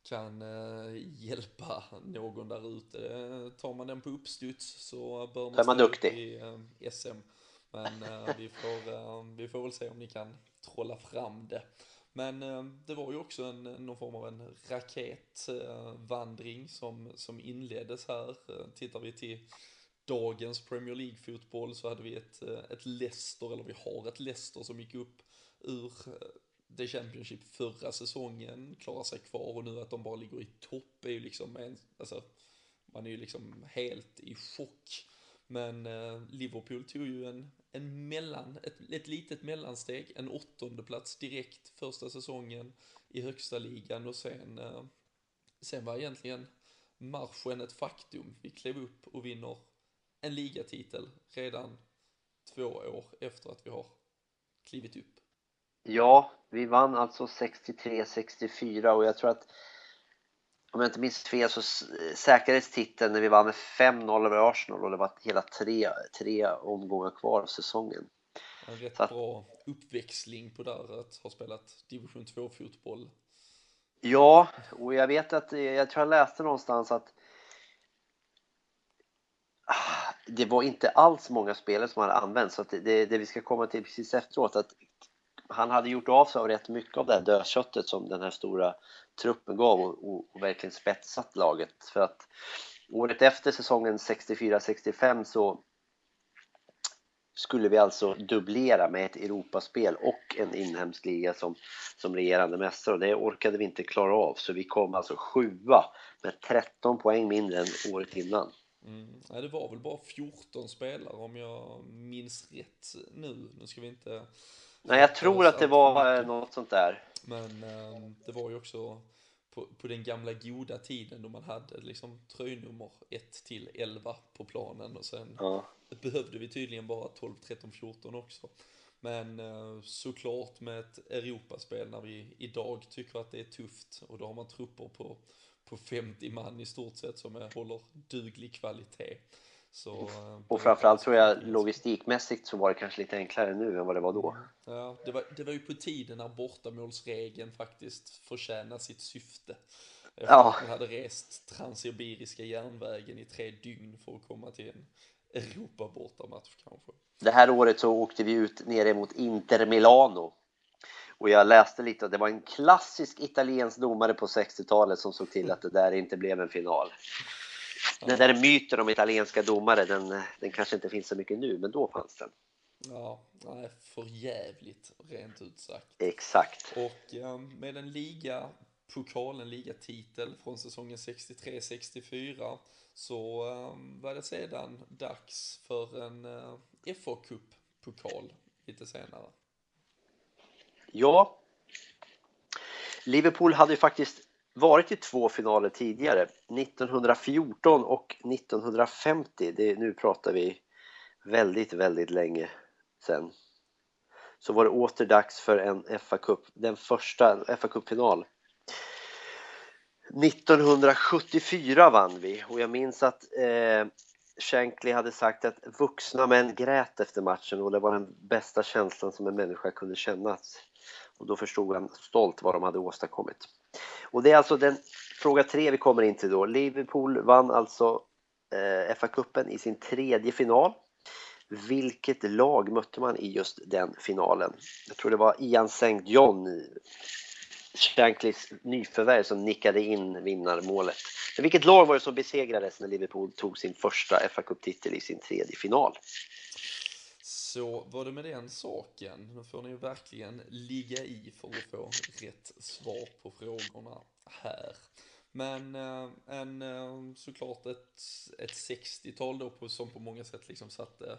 kan hjälpa någon där ute. Tar man den på uppstuds så bör man Så är man ställa upp duktig. i SM. Men vi får väl se om ni kan trolla fram det. Men det var ju också någon form av en raketvandring som inleddes här. Tittar vi till dagens Premier League-fotboll så hade vi ett Leicester, eller vi har ett Leicester som gick upp ur The Championship förra säsongen, klarar sig kvar, och nu att de bara ligger i topp är ju liksom man är ju liksom helt i chock. Men Liverpool tog ju ett litet mellansteg, en 8:e plats direkt första säsongen i högsta ligan, och sen var egentligen marschen ett faktum. Vi klev upp och vinner en ligatitel redan 2 år efter att vi har klivit upp. Ja, vi vann alltså 63-64 och jag tror att, om jag inte minns fel, så säkrades titeln när vi vann med 5-0 över Arsenal och det var hela tre omgångar kvar av säsongen. En rätt bra uppväxling på där att ha spelat division 2-fotboll. Ja, och jag vet att, jag tror jag läste någonstans att det var inte alls många spelare som hade använts, så att det vi ska komma till precis efteråt, att han hade gjort av sig av rätt mycket av det här dödköttet som den här stora truppen gav och verkligen spetsat laget. För att året efter säsongen 64-65 så skulle vi alltså dubblera med ett Europaspel och en inhemsk liga som regerande mästare, och det orkade vi inte klara av, så vi kom alltså 7:a med 13 poäng mindre än året innan. Nej, det var väl bara 14 spelare om jag minns rätt nu. Nu ska vi inte... Nej, jag tror att det var något sånt där. Men det var ju också på den gamla goda tiden då man hade liksom tröjnummer 1-11 på planen, och sen behövde vi tydligen bara 12, 13, 14 också. Men såklart med ett Europaspel när vi idag tycker att det är tufft, och då har man trupper på 50 man i stort sett som håller duglig kvalitet. Så, och framförallt tror jag logistikmässigt så var det kanske lite enklare nu än vad det var då. Ja, det var ju på tiden när bortamålsregeln faktiskt förtjänar sitt syfte. Efter att man hade rest transsibiriska järnvägen i 3 dygn för att komma till en Europa-bortamatch kanske. Det här året så åkte vi ut nere mot Inter Milano. Och jag läste lite och det var en klassisk italiensk domare på 60-talet som såg till att det där inte blev en final. Den där myten om italienska domare, den kanske inte finns så mycket nu, men då fanns den. Ja, nej, för jävligt rent ut sagt. Exakt. Och med en ligatitel från säsongen 63-64 så var det sedan dags för en FA Cup-pokal lite senare. Ja, Liverpool hade ju faktiskt varit i 2 finaler tidigare, 1914 och 1950. Nu pratar vi väldigt, väldigt länge sedan. Så var det åter dags för en FA Cup, den första FA Cup-final. 1974 vann vi, och jag minns att Shankly hade sagt att vuxna män grät efter matchen, och det var den bästa känslan som en människa kunde känna. Och då förstod han stolt vad de hade åstadkommit. Och det är alltså den fråga 3 vi kommer in till då. Liverpool vann alltså FA-cupen i sin 3:e final. Vilket lag mötte man i just den finalen? Jag tror det var Ian St. John, Shanklys nyförvärv, som nickade in vinnarmålet. Men vilket lag var det som besegrades när Liverpool tog sin första FA-cup-titel i sin 3:e final? Så var det med den saken. Nu får ni ju verkligen ligga i för att få rätt svar på frågorna här. Men såklart ett 60-tal då som på många sätt liksom satte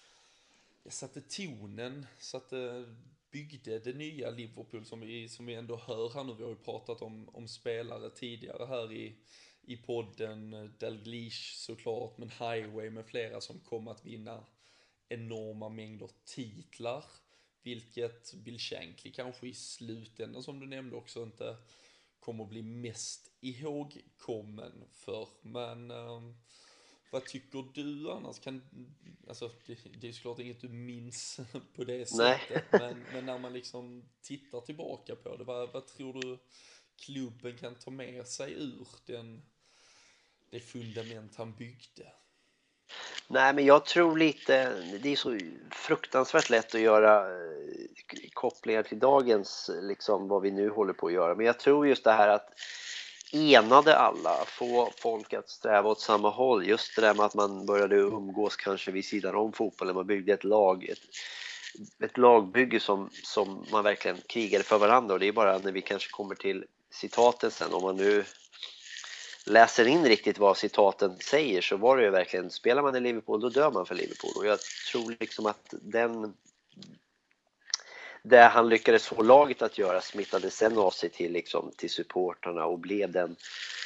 tonen, byggde det nya Liverpool som vi ändå hör här nu. Vi har ju pratat om spelare tidigare här i podden, Dalglish såklart, men Highway med flera som kom att vinna enorma mängder titlar, vilket Bill Shankly kanske i slutändan, som du nämnde också, inte kommer att bli mest ihågkommen för. Men vad tycker du annars? Det är såklart inget du minns på det sättet, men när man liksom tittar tillbaka på det, vad tror du klubben kan ta med sig ur det fundament han byggde? Nej, men jag tror lite, det är så fruktansvärt lätt att göra kopplingar till dagens, liksom vad vi nu håller på att göra. Men jag tror just det här att enade alla, få folk att sträva åt samma håll. Just det där med att man började umgås kanske vid sidan om fotbollen. Man byggde ett lag, ett lagbygge som man verkligen krigade för varandra. Och det är bara när vi kanske kommer till citaten sen, om man nu läser in riktigt vad citaten säger, så var det ju verkligen, spelar man i Liverpool då dör man för Liverpool. Och jag tror liksom att det han lyckades få laget att göra smittade sen av sig till, liksom, till supportarna och blev den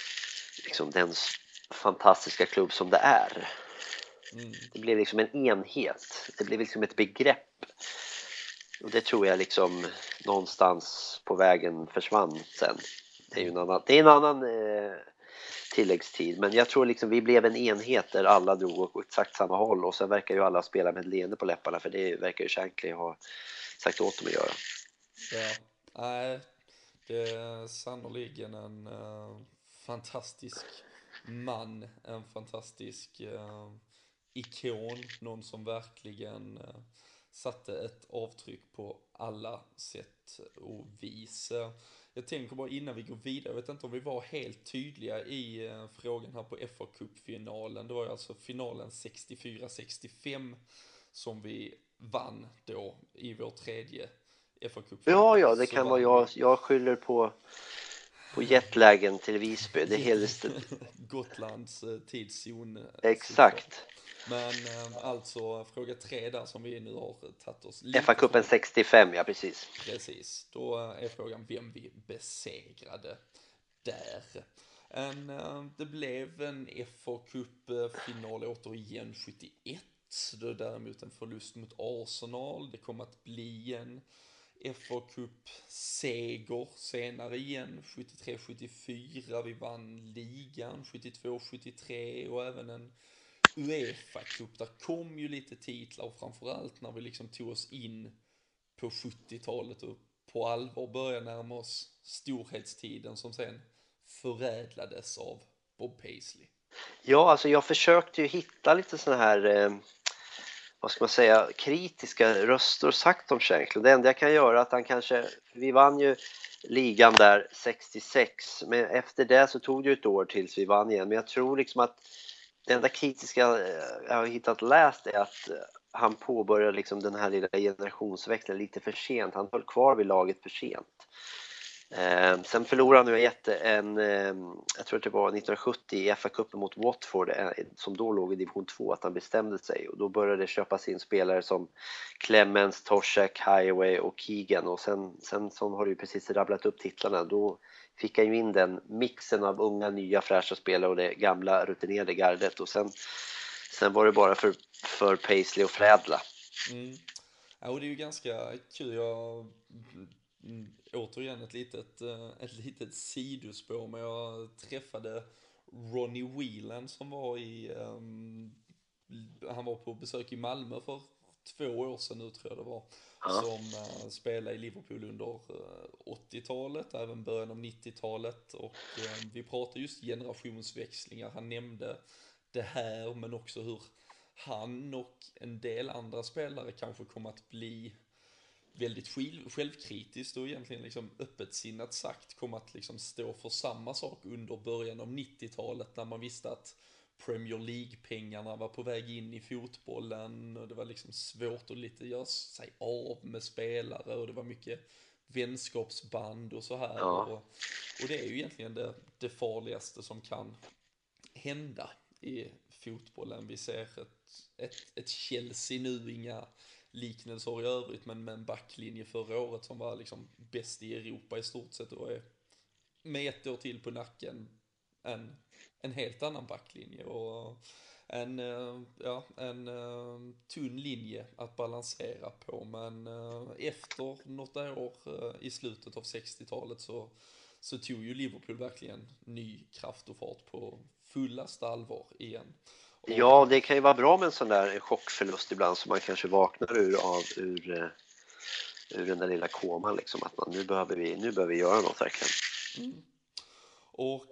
fantastiska klubb som det är. Det blev liksom en enhet, det blev liksom ett begrepp. Och det tror jag liksom någonstans på vägen försvann sen. Det är en annan tilläggstid, men jag tror liksom vi blev en enhet där alla drog åt exakt samma håll, och sen verkar ju alla spela med ett leende på läpparna, för det verkar ju Shankly ha sagt åt dem att göra. Ja, nej, det är sannoliken en fantastisk man, en fantastisk ikon, någon som verkligen satte ett avtryck på alla sätt och vis. Jag tänker bara innan vi går vidare, jag vet inte om vi var helt tydliga i frågan här på FA Cup-finalen. Det var ju alltså finalen 64-65 som vi vann då i vår tredje FA Cup-final. Ja, det kan vara jag skyller på jetlagen till Visby. Det är helst Gotlands tidszon. Exakt. Men alltså fråga 3 där som vi nu har tagit oss. FA-cupen 65, ja precis. Precis, då är frågan vem vi besegrade där. Det blev en FA Cup-final återigen 71. Det är däremot en förlust mot Arsenal. Det kommer att bli en FA Cup-seger senare igen, 73-74. Vi vann ligan 72-73 och även en UEFA Cup. Där kom ju lite titlar, framförallt när vi liksom tog oss in på 70-talet och på allvar började närma oss storhetstiden som sen förädlades av Bob Paisley. Ja, alltså jag försökte ju hitta lite såna här vad ska man säga, kritiska röster sagt om Shankly. Det enda jag kan göra är att han kanske, vi vann ju ligan där 66, men efter det så tog det ett år tills vi vann igen. Men jag tror liksom att det enda kritiska jag har hittat läst är att han påbörjade liksom den här lilla generationsväxlingen lite för sent. Han höll kvar vid laget för sent. Sen förlorade han ju jag tror att det var 1970 i FA-cupen mot Watford som då låg i division 2, att han bestämde sig, och då började det köpas in spelare som Clemens, Toshek, Highway och Keegan, och sen så har det ju precis rabblat upp titlarna. Då fick han ju in den mixen av unga, nya, fräscha spelare och det gamla rutinerade gardet, och sen var det bara för Paisley att förädla. Ja, och det är ju ganska kul. Återigen ett litet sidospår, men jag träffade Ronnie Whelan som var han var på besök i Malmö för 2 år sedan nu, tror jag det var, som spelade i Liverpool under 80-talet, även början av 90-talet, och vi pratade just generationsväxlingar. Han nämnde det här, men också hur han och en del andra spelare kanske kommer att bli väldigt självkritiskt och egentligen liksom öppet sinnat sagt kommer att liksom stå för samma sak under början av 90-talet, när man visste att Premier League-pengarna var på väg in i fotbollen och det var liksom svårt att lite göra sig av med spelare och det var mycket vänskapsband och så här. Ja. Och det är ju egentligen det farligaste som kan hända i fotbollen. Vi ser ett Chelsea nu, inga liknelser i övrigt, men med en backlinje förra året som var liksom bäst i Europa i stort sett, och är med 1 år till på nacken en helt annan backlinje och en tunn linje att balansera på. Men efter något år i slutet av 60-talet så tog ju Liverpool verkligen ny kraft och fart på fullaste allvar igen. Ja, det kan ju vara bra med en sån där chockförlust ibland, så man kanske vaknar ur den där lilla koman liksom, att nu behöver vi göra något verkligen. Och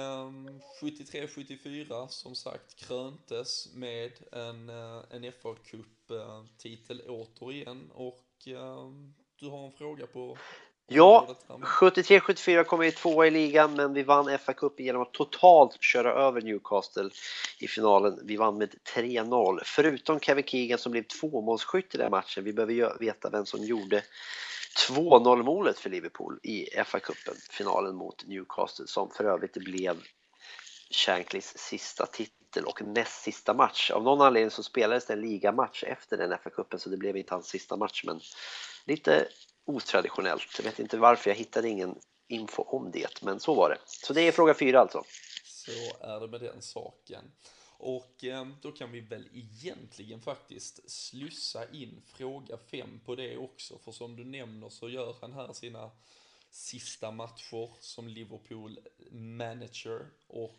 73-74 som sagt kröntes med en FA Cup-titel återigen. Och du har en fråga på... Ja, 73-74 kom vi tvåa i ligan, men vi vann FA Cup genom att totalt köra över Newcastle i finalen. Vi vann med 3-0. Förutom Kevin Keegan som blev tvåmålsskytt i den matchen. Vi behöver veta vem som gjorde 2-0 målet för Liverpool i FA Cupen, finalen mot Newcastle, som för övrigt blev Shankleys sista titel och näst sista match. Av någon anledning så spelades det en ligamatch efter den FA Cupen, så det blev inte hans sista match, men lite otraditionellt. Jag vet inte varför, jag hittade ingen info om det, men så var det. Så det är fråga 4 alltså. Så är det med den saken. Och då kan vi väl egentligen faktiskt slussa in fråga 5 på det också. För som du nämner så gör han här sina sista matcher som Liverpool manager. Och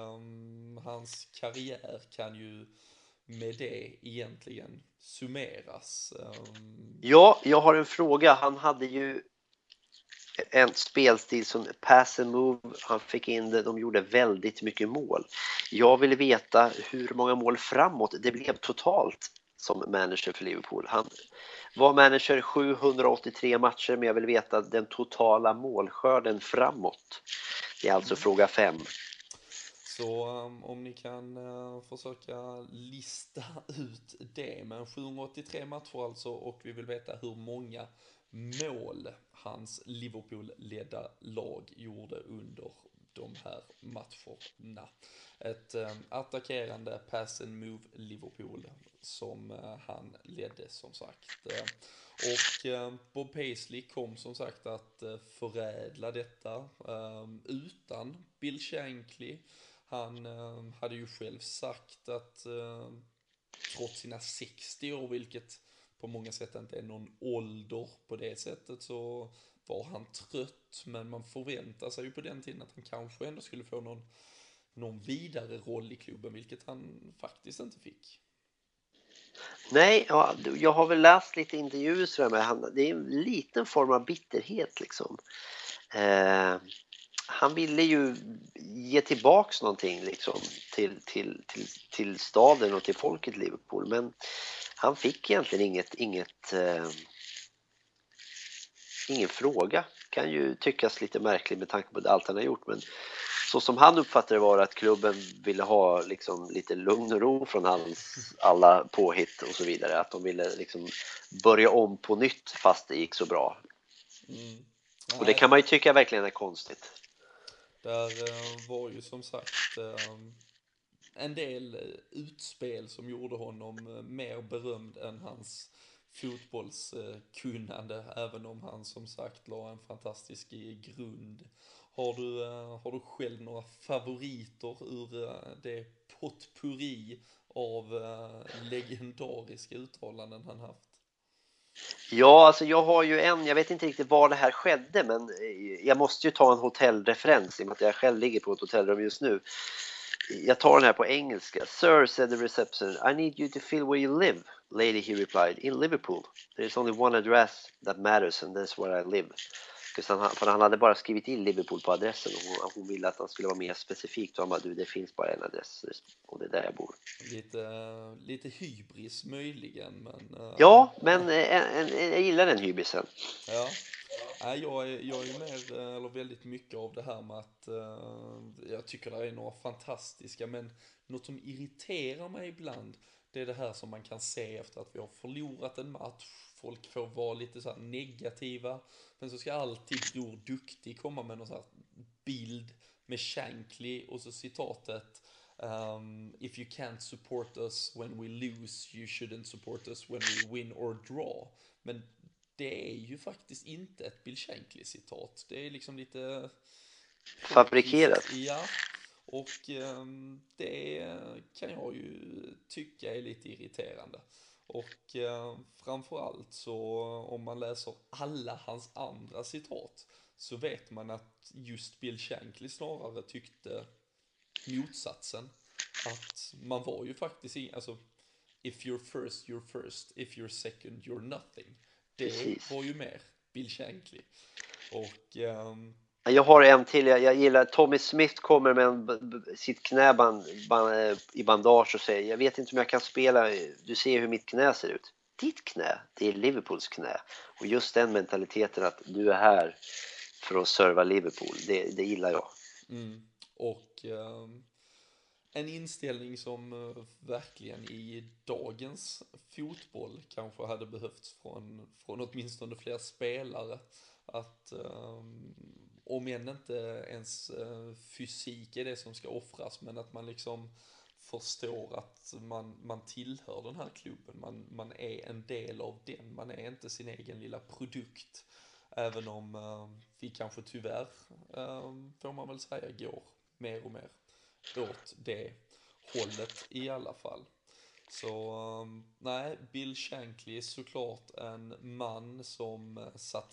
hans karriär kan ju med det egentligen summeras. Ja, jag har en fråga. Han hade ju en spelstil som pass and move, han fick in det, de gjorde väldigt mycket mål. Jag ville veta hur många mål framåt det blev totalt som manager för Liverpool. Han var manager 783 matcher, men jag vill veta den totala målskörden framåt. Det är alltså fråga 5. Så om ni kan försöka lista ut det, men 783 matcher alltså, och vi vill veta hur många mål hans Liverpool-ledda lag gjorde under de här matcherna. Ett attackerande pass and move Liverpool som han ledde som sagt. Och Bob Paisley kom som sagt att förädla detta utan Bill Shankly. Han hade ju själv sagt att trots sina 60 år, vilket på många sätt inte är någon ålder på det sättet, så var han trött. Men man förväntar sig ju på den tiden att han kanske ändå skulle få någon vidare roll i klubben, vilket han faktiskt inte fick. Nej, ja, jag har väl läst lite intervjuer med han. Det är en liten form av bitterhet liksom. Han ville ju ge tillbaks någonting liksom till staden och till folket Liverpool, men han fick egentligen ingen fråga. Kan ju tyckas lite märkligt med tanke på allt han har gjort, men så som han uppfattade var att klubben ville ha liksom lite lugn och ro från hans alla påhitt och så vidare, att de ville liksom börja om på nytt fast det gick så bra. Och det kan man ju tycka verkligen är konstigt. Där var ju som sagt en del utspel som gjorde honom mer berömd än hans fotbollskunnande, även om han som sagt la en fantastisk grund. Har du själv några favoriter ur det potpurri av legendariska uttalanden han haft? Ja, alltså jag har ju jag vet inte riktigt var det här skedde, men jag måste ju ta en hotellreferens i och med att jag själv ligger på ett hotellrum just nu. Jag tar den här på engelska. Sir, said the reception, I need you to feel where you live. Lady, he replied, in Liverpool. There is only one address that matters and that's where I live. För han hade bara skrivit in Liverpool på adressen och hon ville att han skulle vara mer specifikt. Och han bara, det finns bara en adress och det är där jag bor. Lite hybris möjligen, men... Ja, men jag gillar den hybrisen. Ja. Jag är ju mer, eller väldigt mycket av det här med att jag tycker det är några fantastiska, men något som irriterar mig ibland, det är det här som man kan se efter att vi har förlorat en match. Folk får vara lite så här negativa, men så ska alltid Bror Duktig komma med någon så här bild med Shankly och så citatet if you can't support us when we lose, you shouldn't support us when we win or draw. Men det är ju faktiskt inte ett Bill Shankly-citat. Det är liksom lite... fabrikerat. Ja, och det kan jag ju tycka är lite irriterande. Och framförallt så om man läser alla hans andra citat så vet man att just Bill Shankly snarare tyckte motsatsen. Att man var ju faktiskt alltså if you're first, you're first. If you're second, you're nothing. Det var ju mer Bill Shankly. Och Jag har en till. Jag gillar Tommy Smith kommer med sitt knä i bandage och säger jag vet inte om jag kan spela. Du ser hur mitt knä ser ut. Ditt knä, det är Liverpools knä. Och just den mentaliteten att du är här för att serva Liverpool, det gillar jag. Och en inställning som verkligen i dagens fotboll kanske hade behövts från åtminstone fler spelare. Att om än inte ens fysik är det som ska offras, men att man liksom förstår att man tillhör den här klubben, man är en del av den, man är inte sin egen lilla produkt, även om vi kanske tyvärr får man väl säga går mer och mer åt det hållet i alla fall. Så nej, Bill Shankly är såklart en man som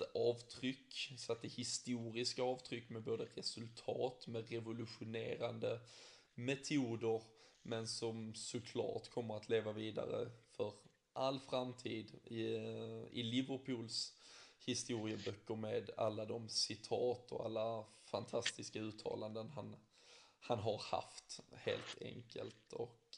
satte historiska avtryck med både resultat, med revolutionerande metoder, men som såklart kommer att leva vidare för all framtid i Liverpools historieböcker med alla de citat och alla fantastiska uttalanden han har haft helt enkelt. Och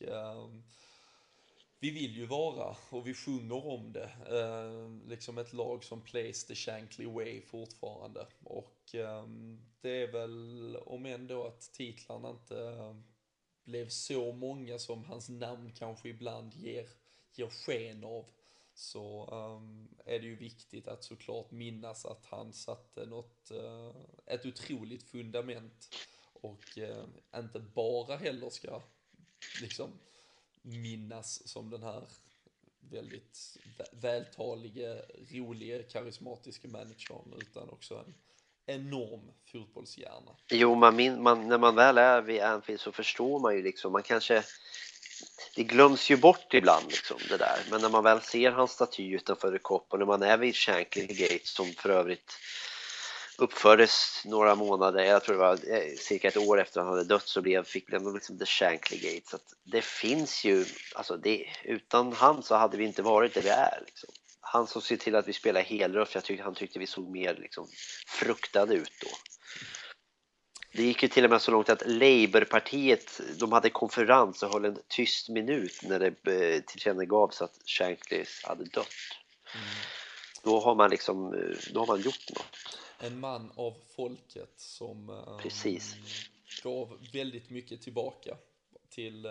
vi vill ju vara, och vi sjunger om det, liksom ett lag som plays the Shankly way fortfarande. Och det är väl, om ändå att titlarna inte blev så många som hans namn kanske ibland ger sken av, så är det ju viktigt att såklart minnas att han satte ett otroligt fundament, och inte bara heller ska liksom minnas som den här väldigt vältalige, roliga, karismatiska managern, utan också en enorm fotbollshjärna. Jo, när man väl är vid Anfield så förstår man ju liksom, man kanske, det glöms ju bort ibland liksom det där, men när man väl ser hans staty utanför The Kop och när man är vid Shankly Gate, som för övrigt uppfördes några månader, jag tror det var cirka ett år efter han hade dött, så fick det liksom The Shankly Gate. Så att det finns ju, alltså utan han så hade vi inte varit där vi är liksom. Han som ser till att vi spelar helröft, han tyckte vi såg mer liksom fruktade ut då. Det gick ju till och med så långt att Labourpartiet, de hade konferens och höll en tyst minut när det tillkännagavs att Shankly hade dött. Då har man gjort något. En man av folket som Precis. gav väldigt mycket tillbaka till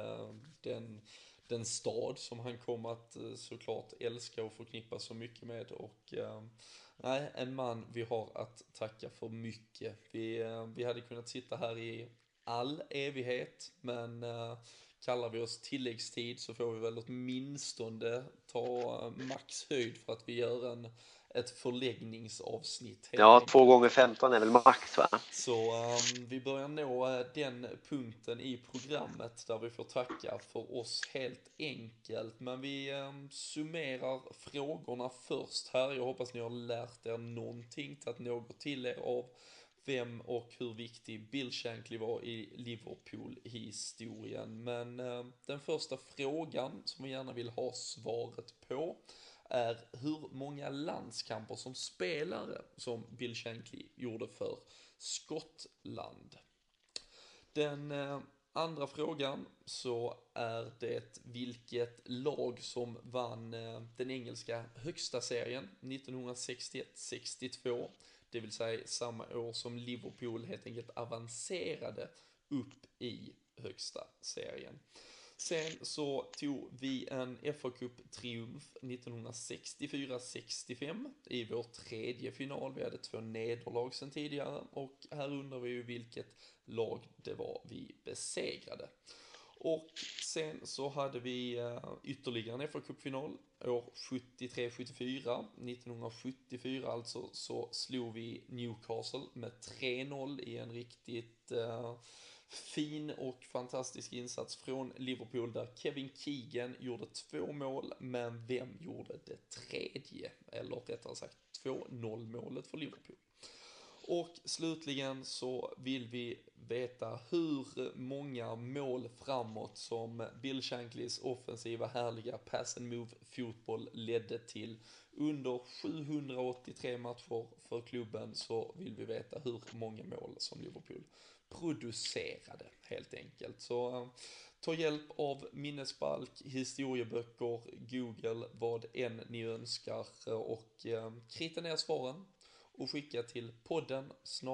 den stad som han kom att såklart älska och förknippa så mycket med. Och nej, en man vi har att tacka för mycket. Vi hade kunnat sitta här i all evighet, men kallar vi oss tilläggstid så får vi väl åtminstone ta max höjd för att vi gör ett förläggningsavsnitt. Ja, 2 gånger 15 är väl max, va? Så vi börjar nå den punkten i programmet där vi får tacka för oss helt enkelt. Men vi summerar frågorna först här. Jag hoppas ni har lärt er någonting, tagit något till er av vem och hur viktig Bill Shankly var i Liverpool-historien. Men den första frågan som vi gärna vill ha svaret på är hur många landskamper som spelare som Bill Shankly gjorde för Skottland. Den andra frågan så är det vilket lag som vann den engelska högsta serien 1961-62, det vill säga samma år som Liverpool helt enkelt avancerade upp i högsta serien. Sen så tog vi en FA Cup-triumf 1964-65 i vår tredje final. Vi hade 2 nederlag sedan tidigare, och här undrar vi ju vilket lag det var vi besegrade. Och sen så hade vi ytterligare en FA Cup-final år 73-74. 1974 alltså så slog vi Newcastle med 3-0 i en riktigt fin och fantastisk insats från Liverpool där Kevin Keegan gjorde 2 mål, men vem gjorde det tredje? Eller rättare sagt 2-0 målet för Liverpool. Och slutligen så vill vi veta hur många mål framåt som Bill Shankleys offensiva härliga pass and move fotboll ledde till. Under 783 matcher för klubben så vill vi veta hur många mål som Liverpool producerade helt enkelt. Så ta hjälp av minnesbalk, historieböcker, Google, vad än ni önskar och krita ner svaren och skicka till podden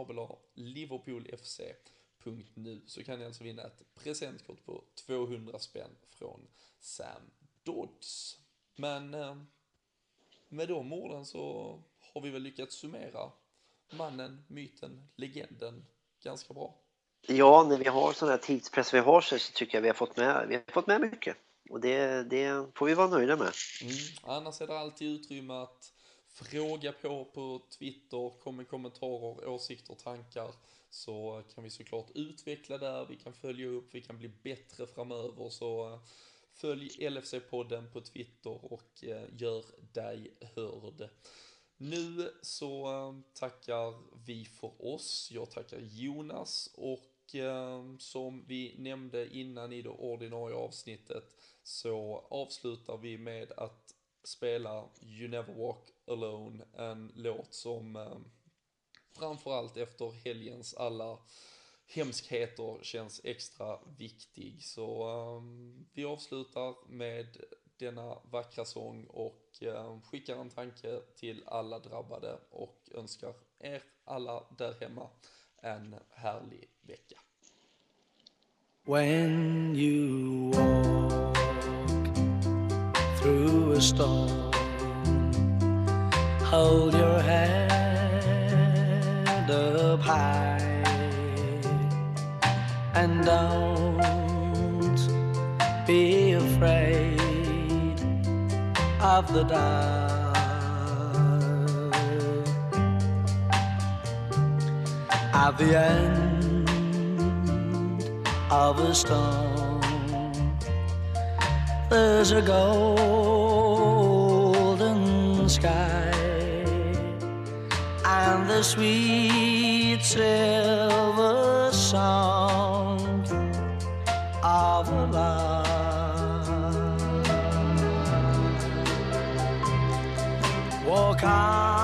@liverpoolfc.nu så kan ni alltså vinna ett presentkort på 200 spänn från Sam Dodds. Men med de orden så har vi väl lyckats summera mannen, myten, legenden ganska bra. Ja, när vi har sån här tidspress vi har så tycker jag vi har fått med mycket. Och det får vi vara nöjda med. Annars är det alltid utrymme att fråga på Twitter, kom med kommentarer, åsikter, tankar. Så kan vi såklart utveckla där, vi kan följa upp, vi kan bli bättre framöver. Så följ LFC-podden på Twitter och gör dig hörd. Nu så tackar vi för oss. Jag tackar Jonas och som vi nämnde innan i det ordinarie avsnittet så avslutar vi med att spela You Never Walk Alone, en låt som framförallt efter helgens alla hemskheter känns extra viktig. Så vi avslutar med denna vackra sång och skickar en tanke till alla drabbade och önskar er alla där hemma en härlig vecka. When you walk through a storm, hold your head up high and don't be afraid of the dark. At the end of a storm, there's a golden sky and the sweet silver song of love. Walk on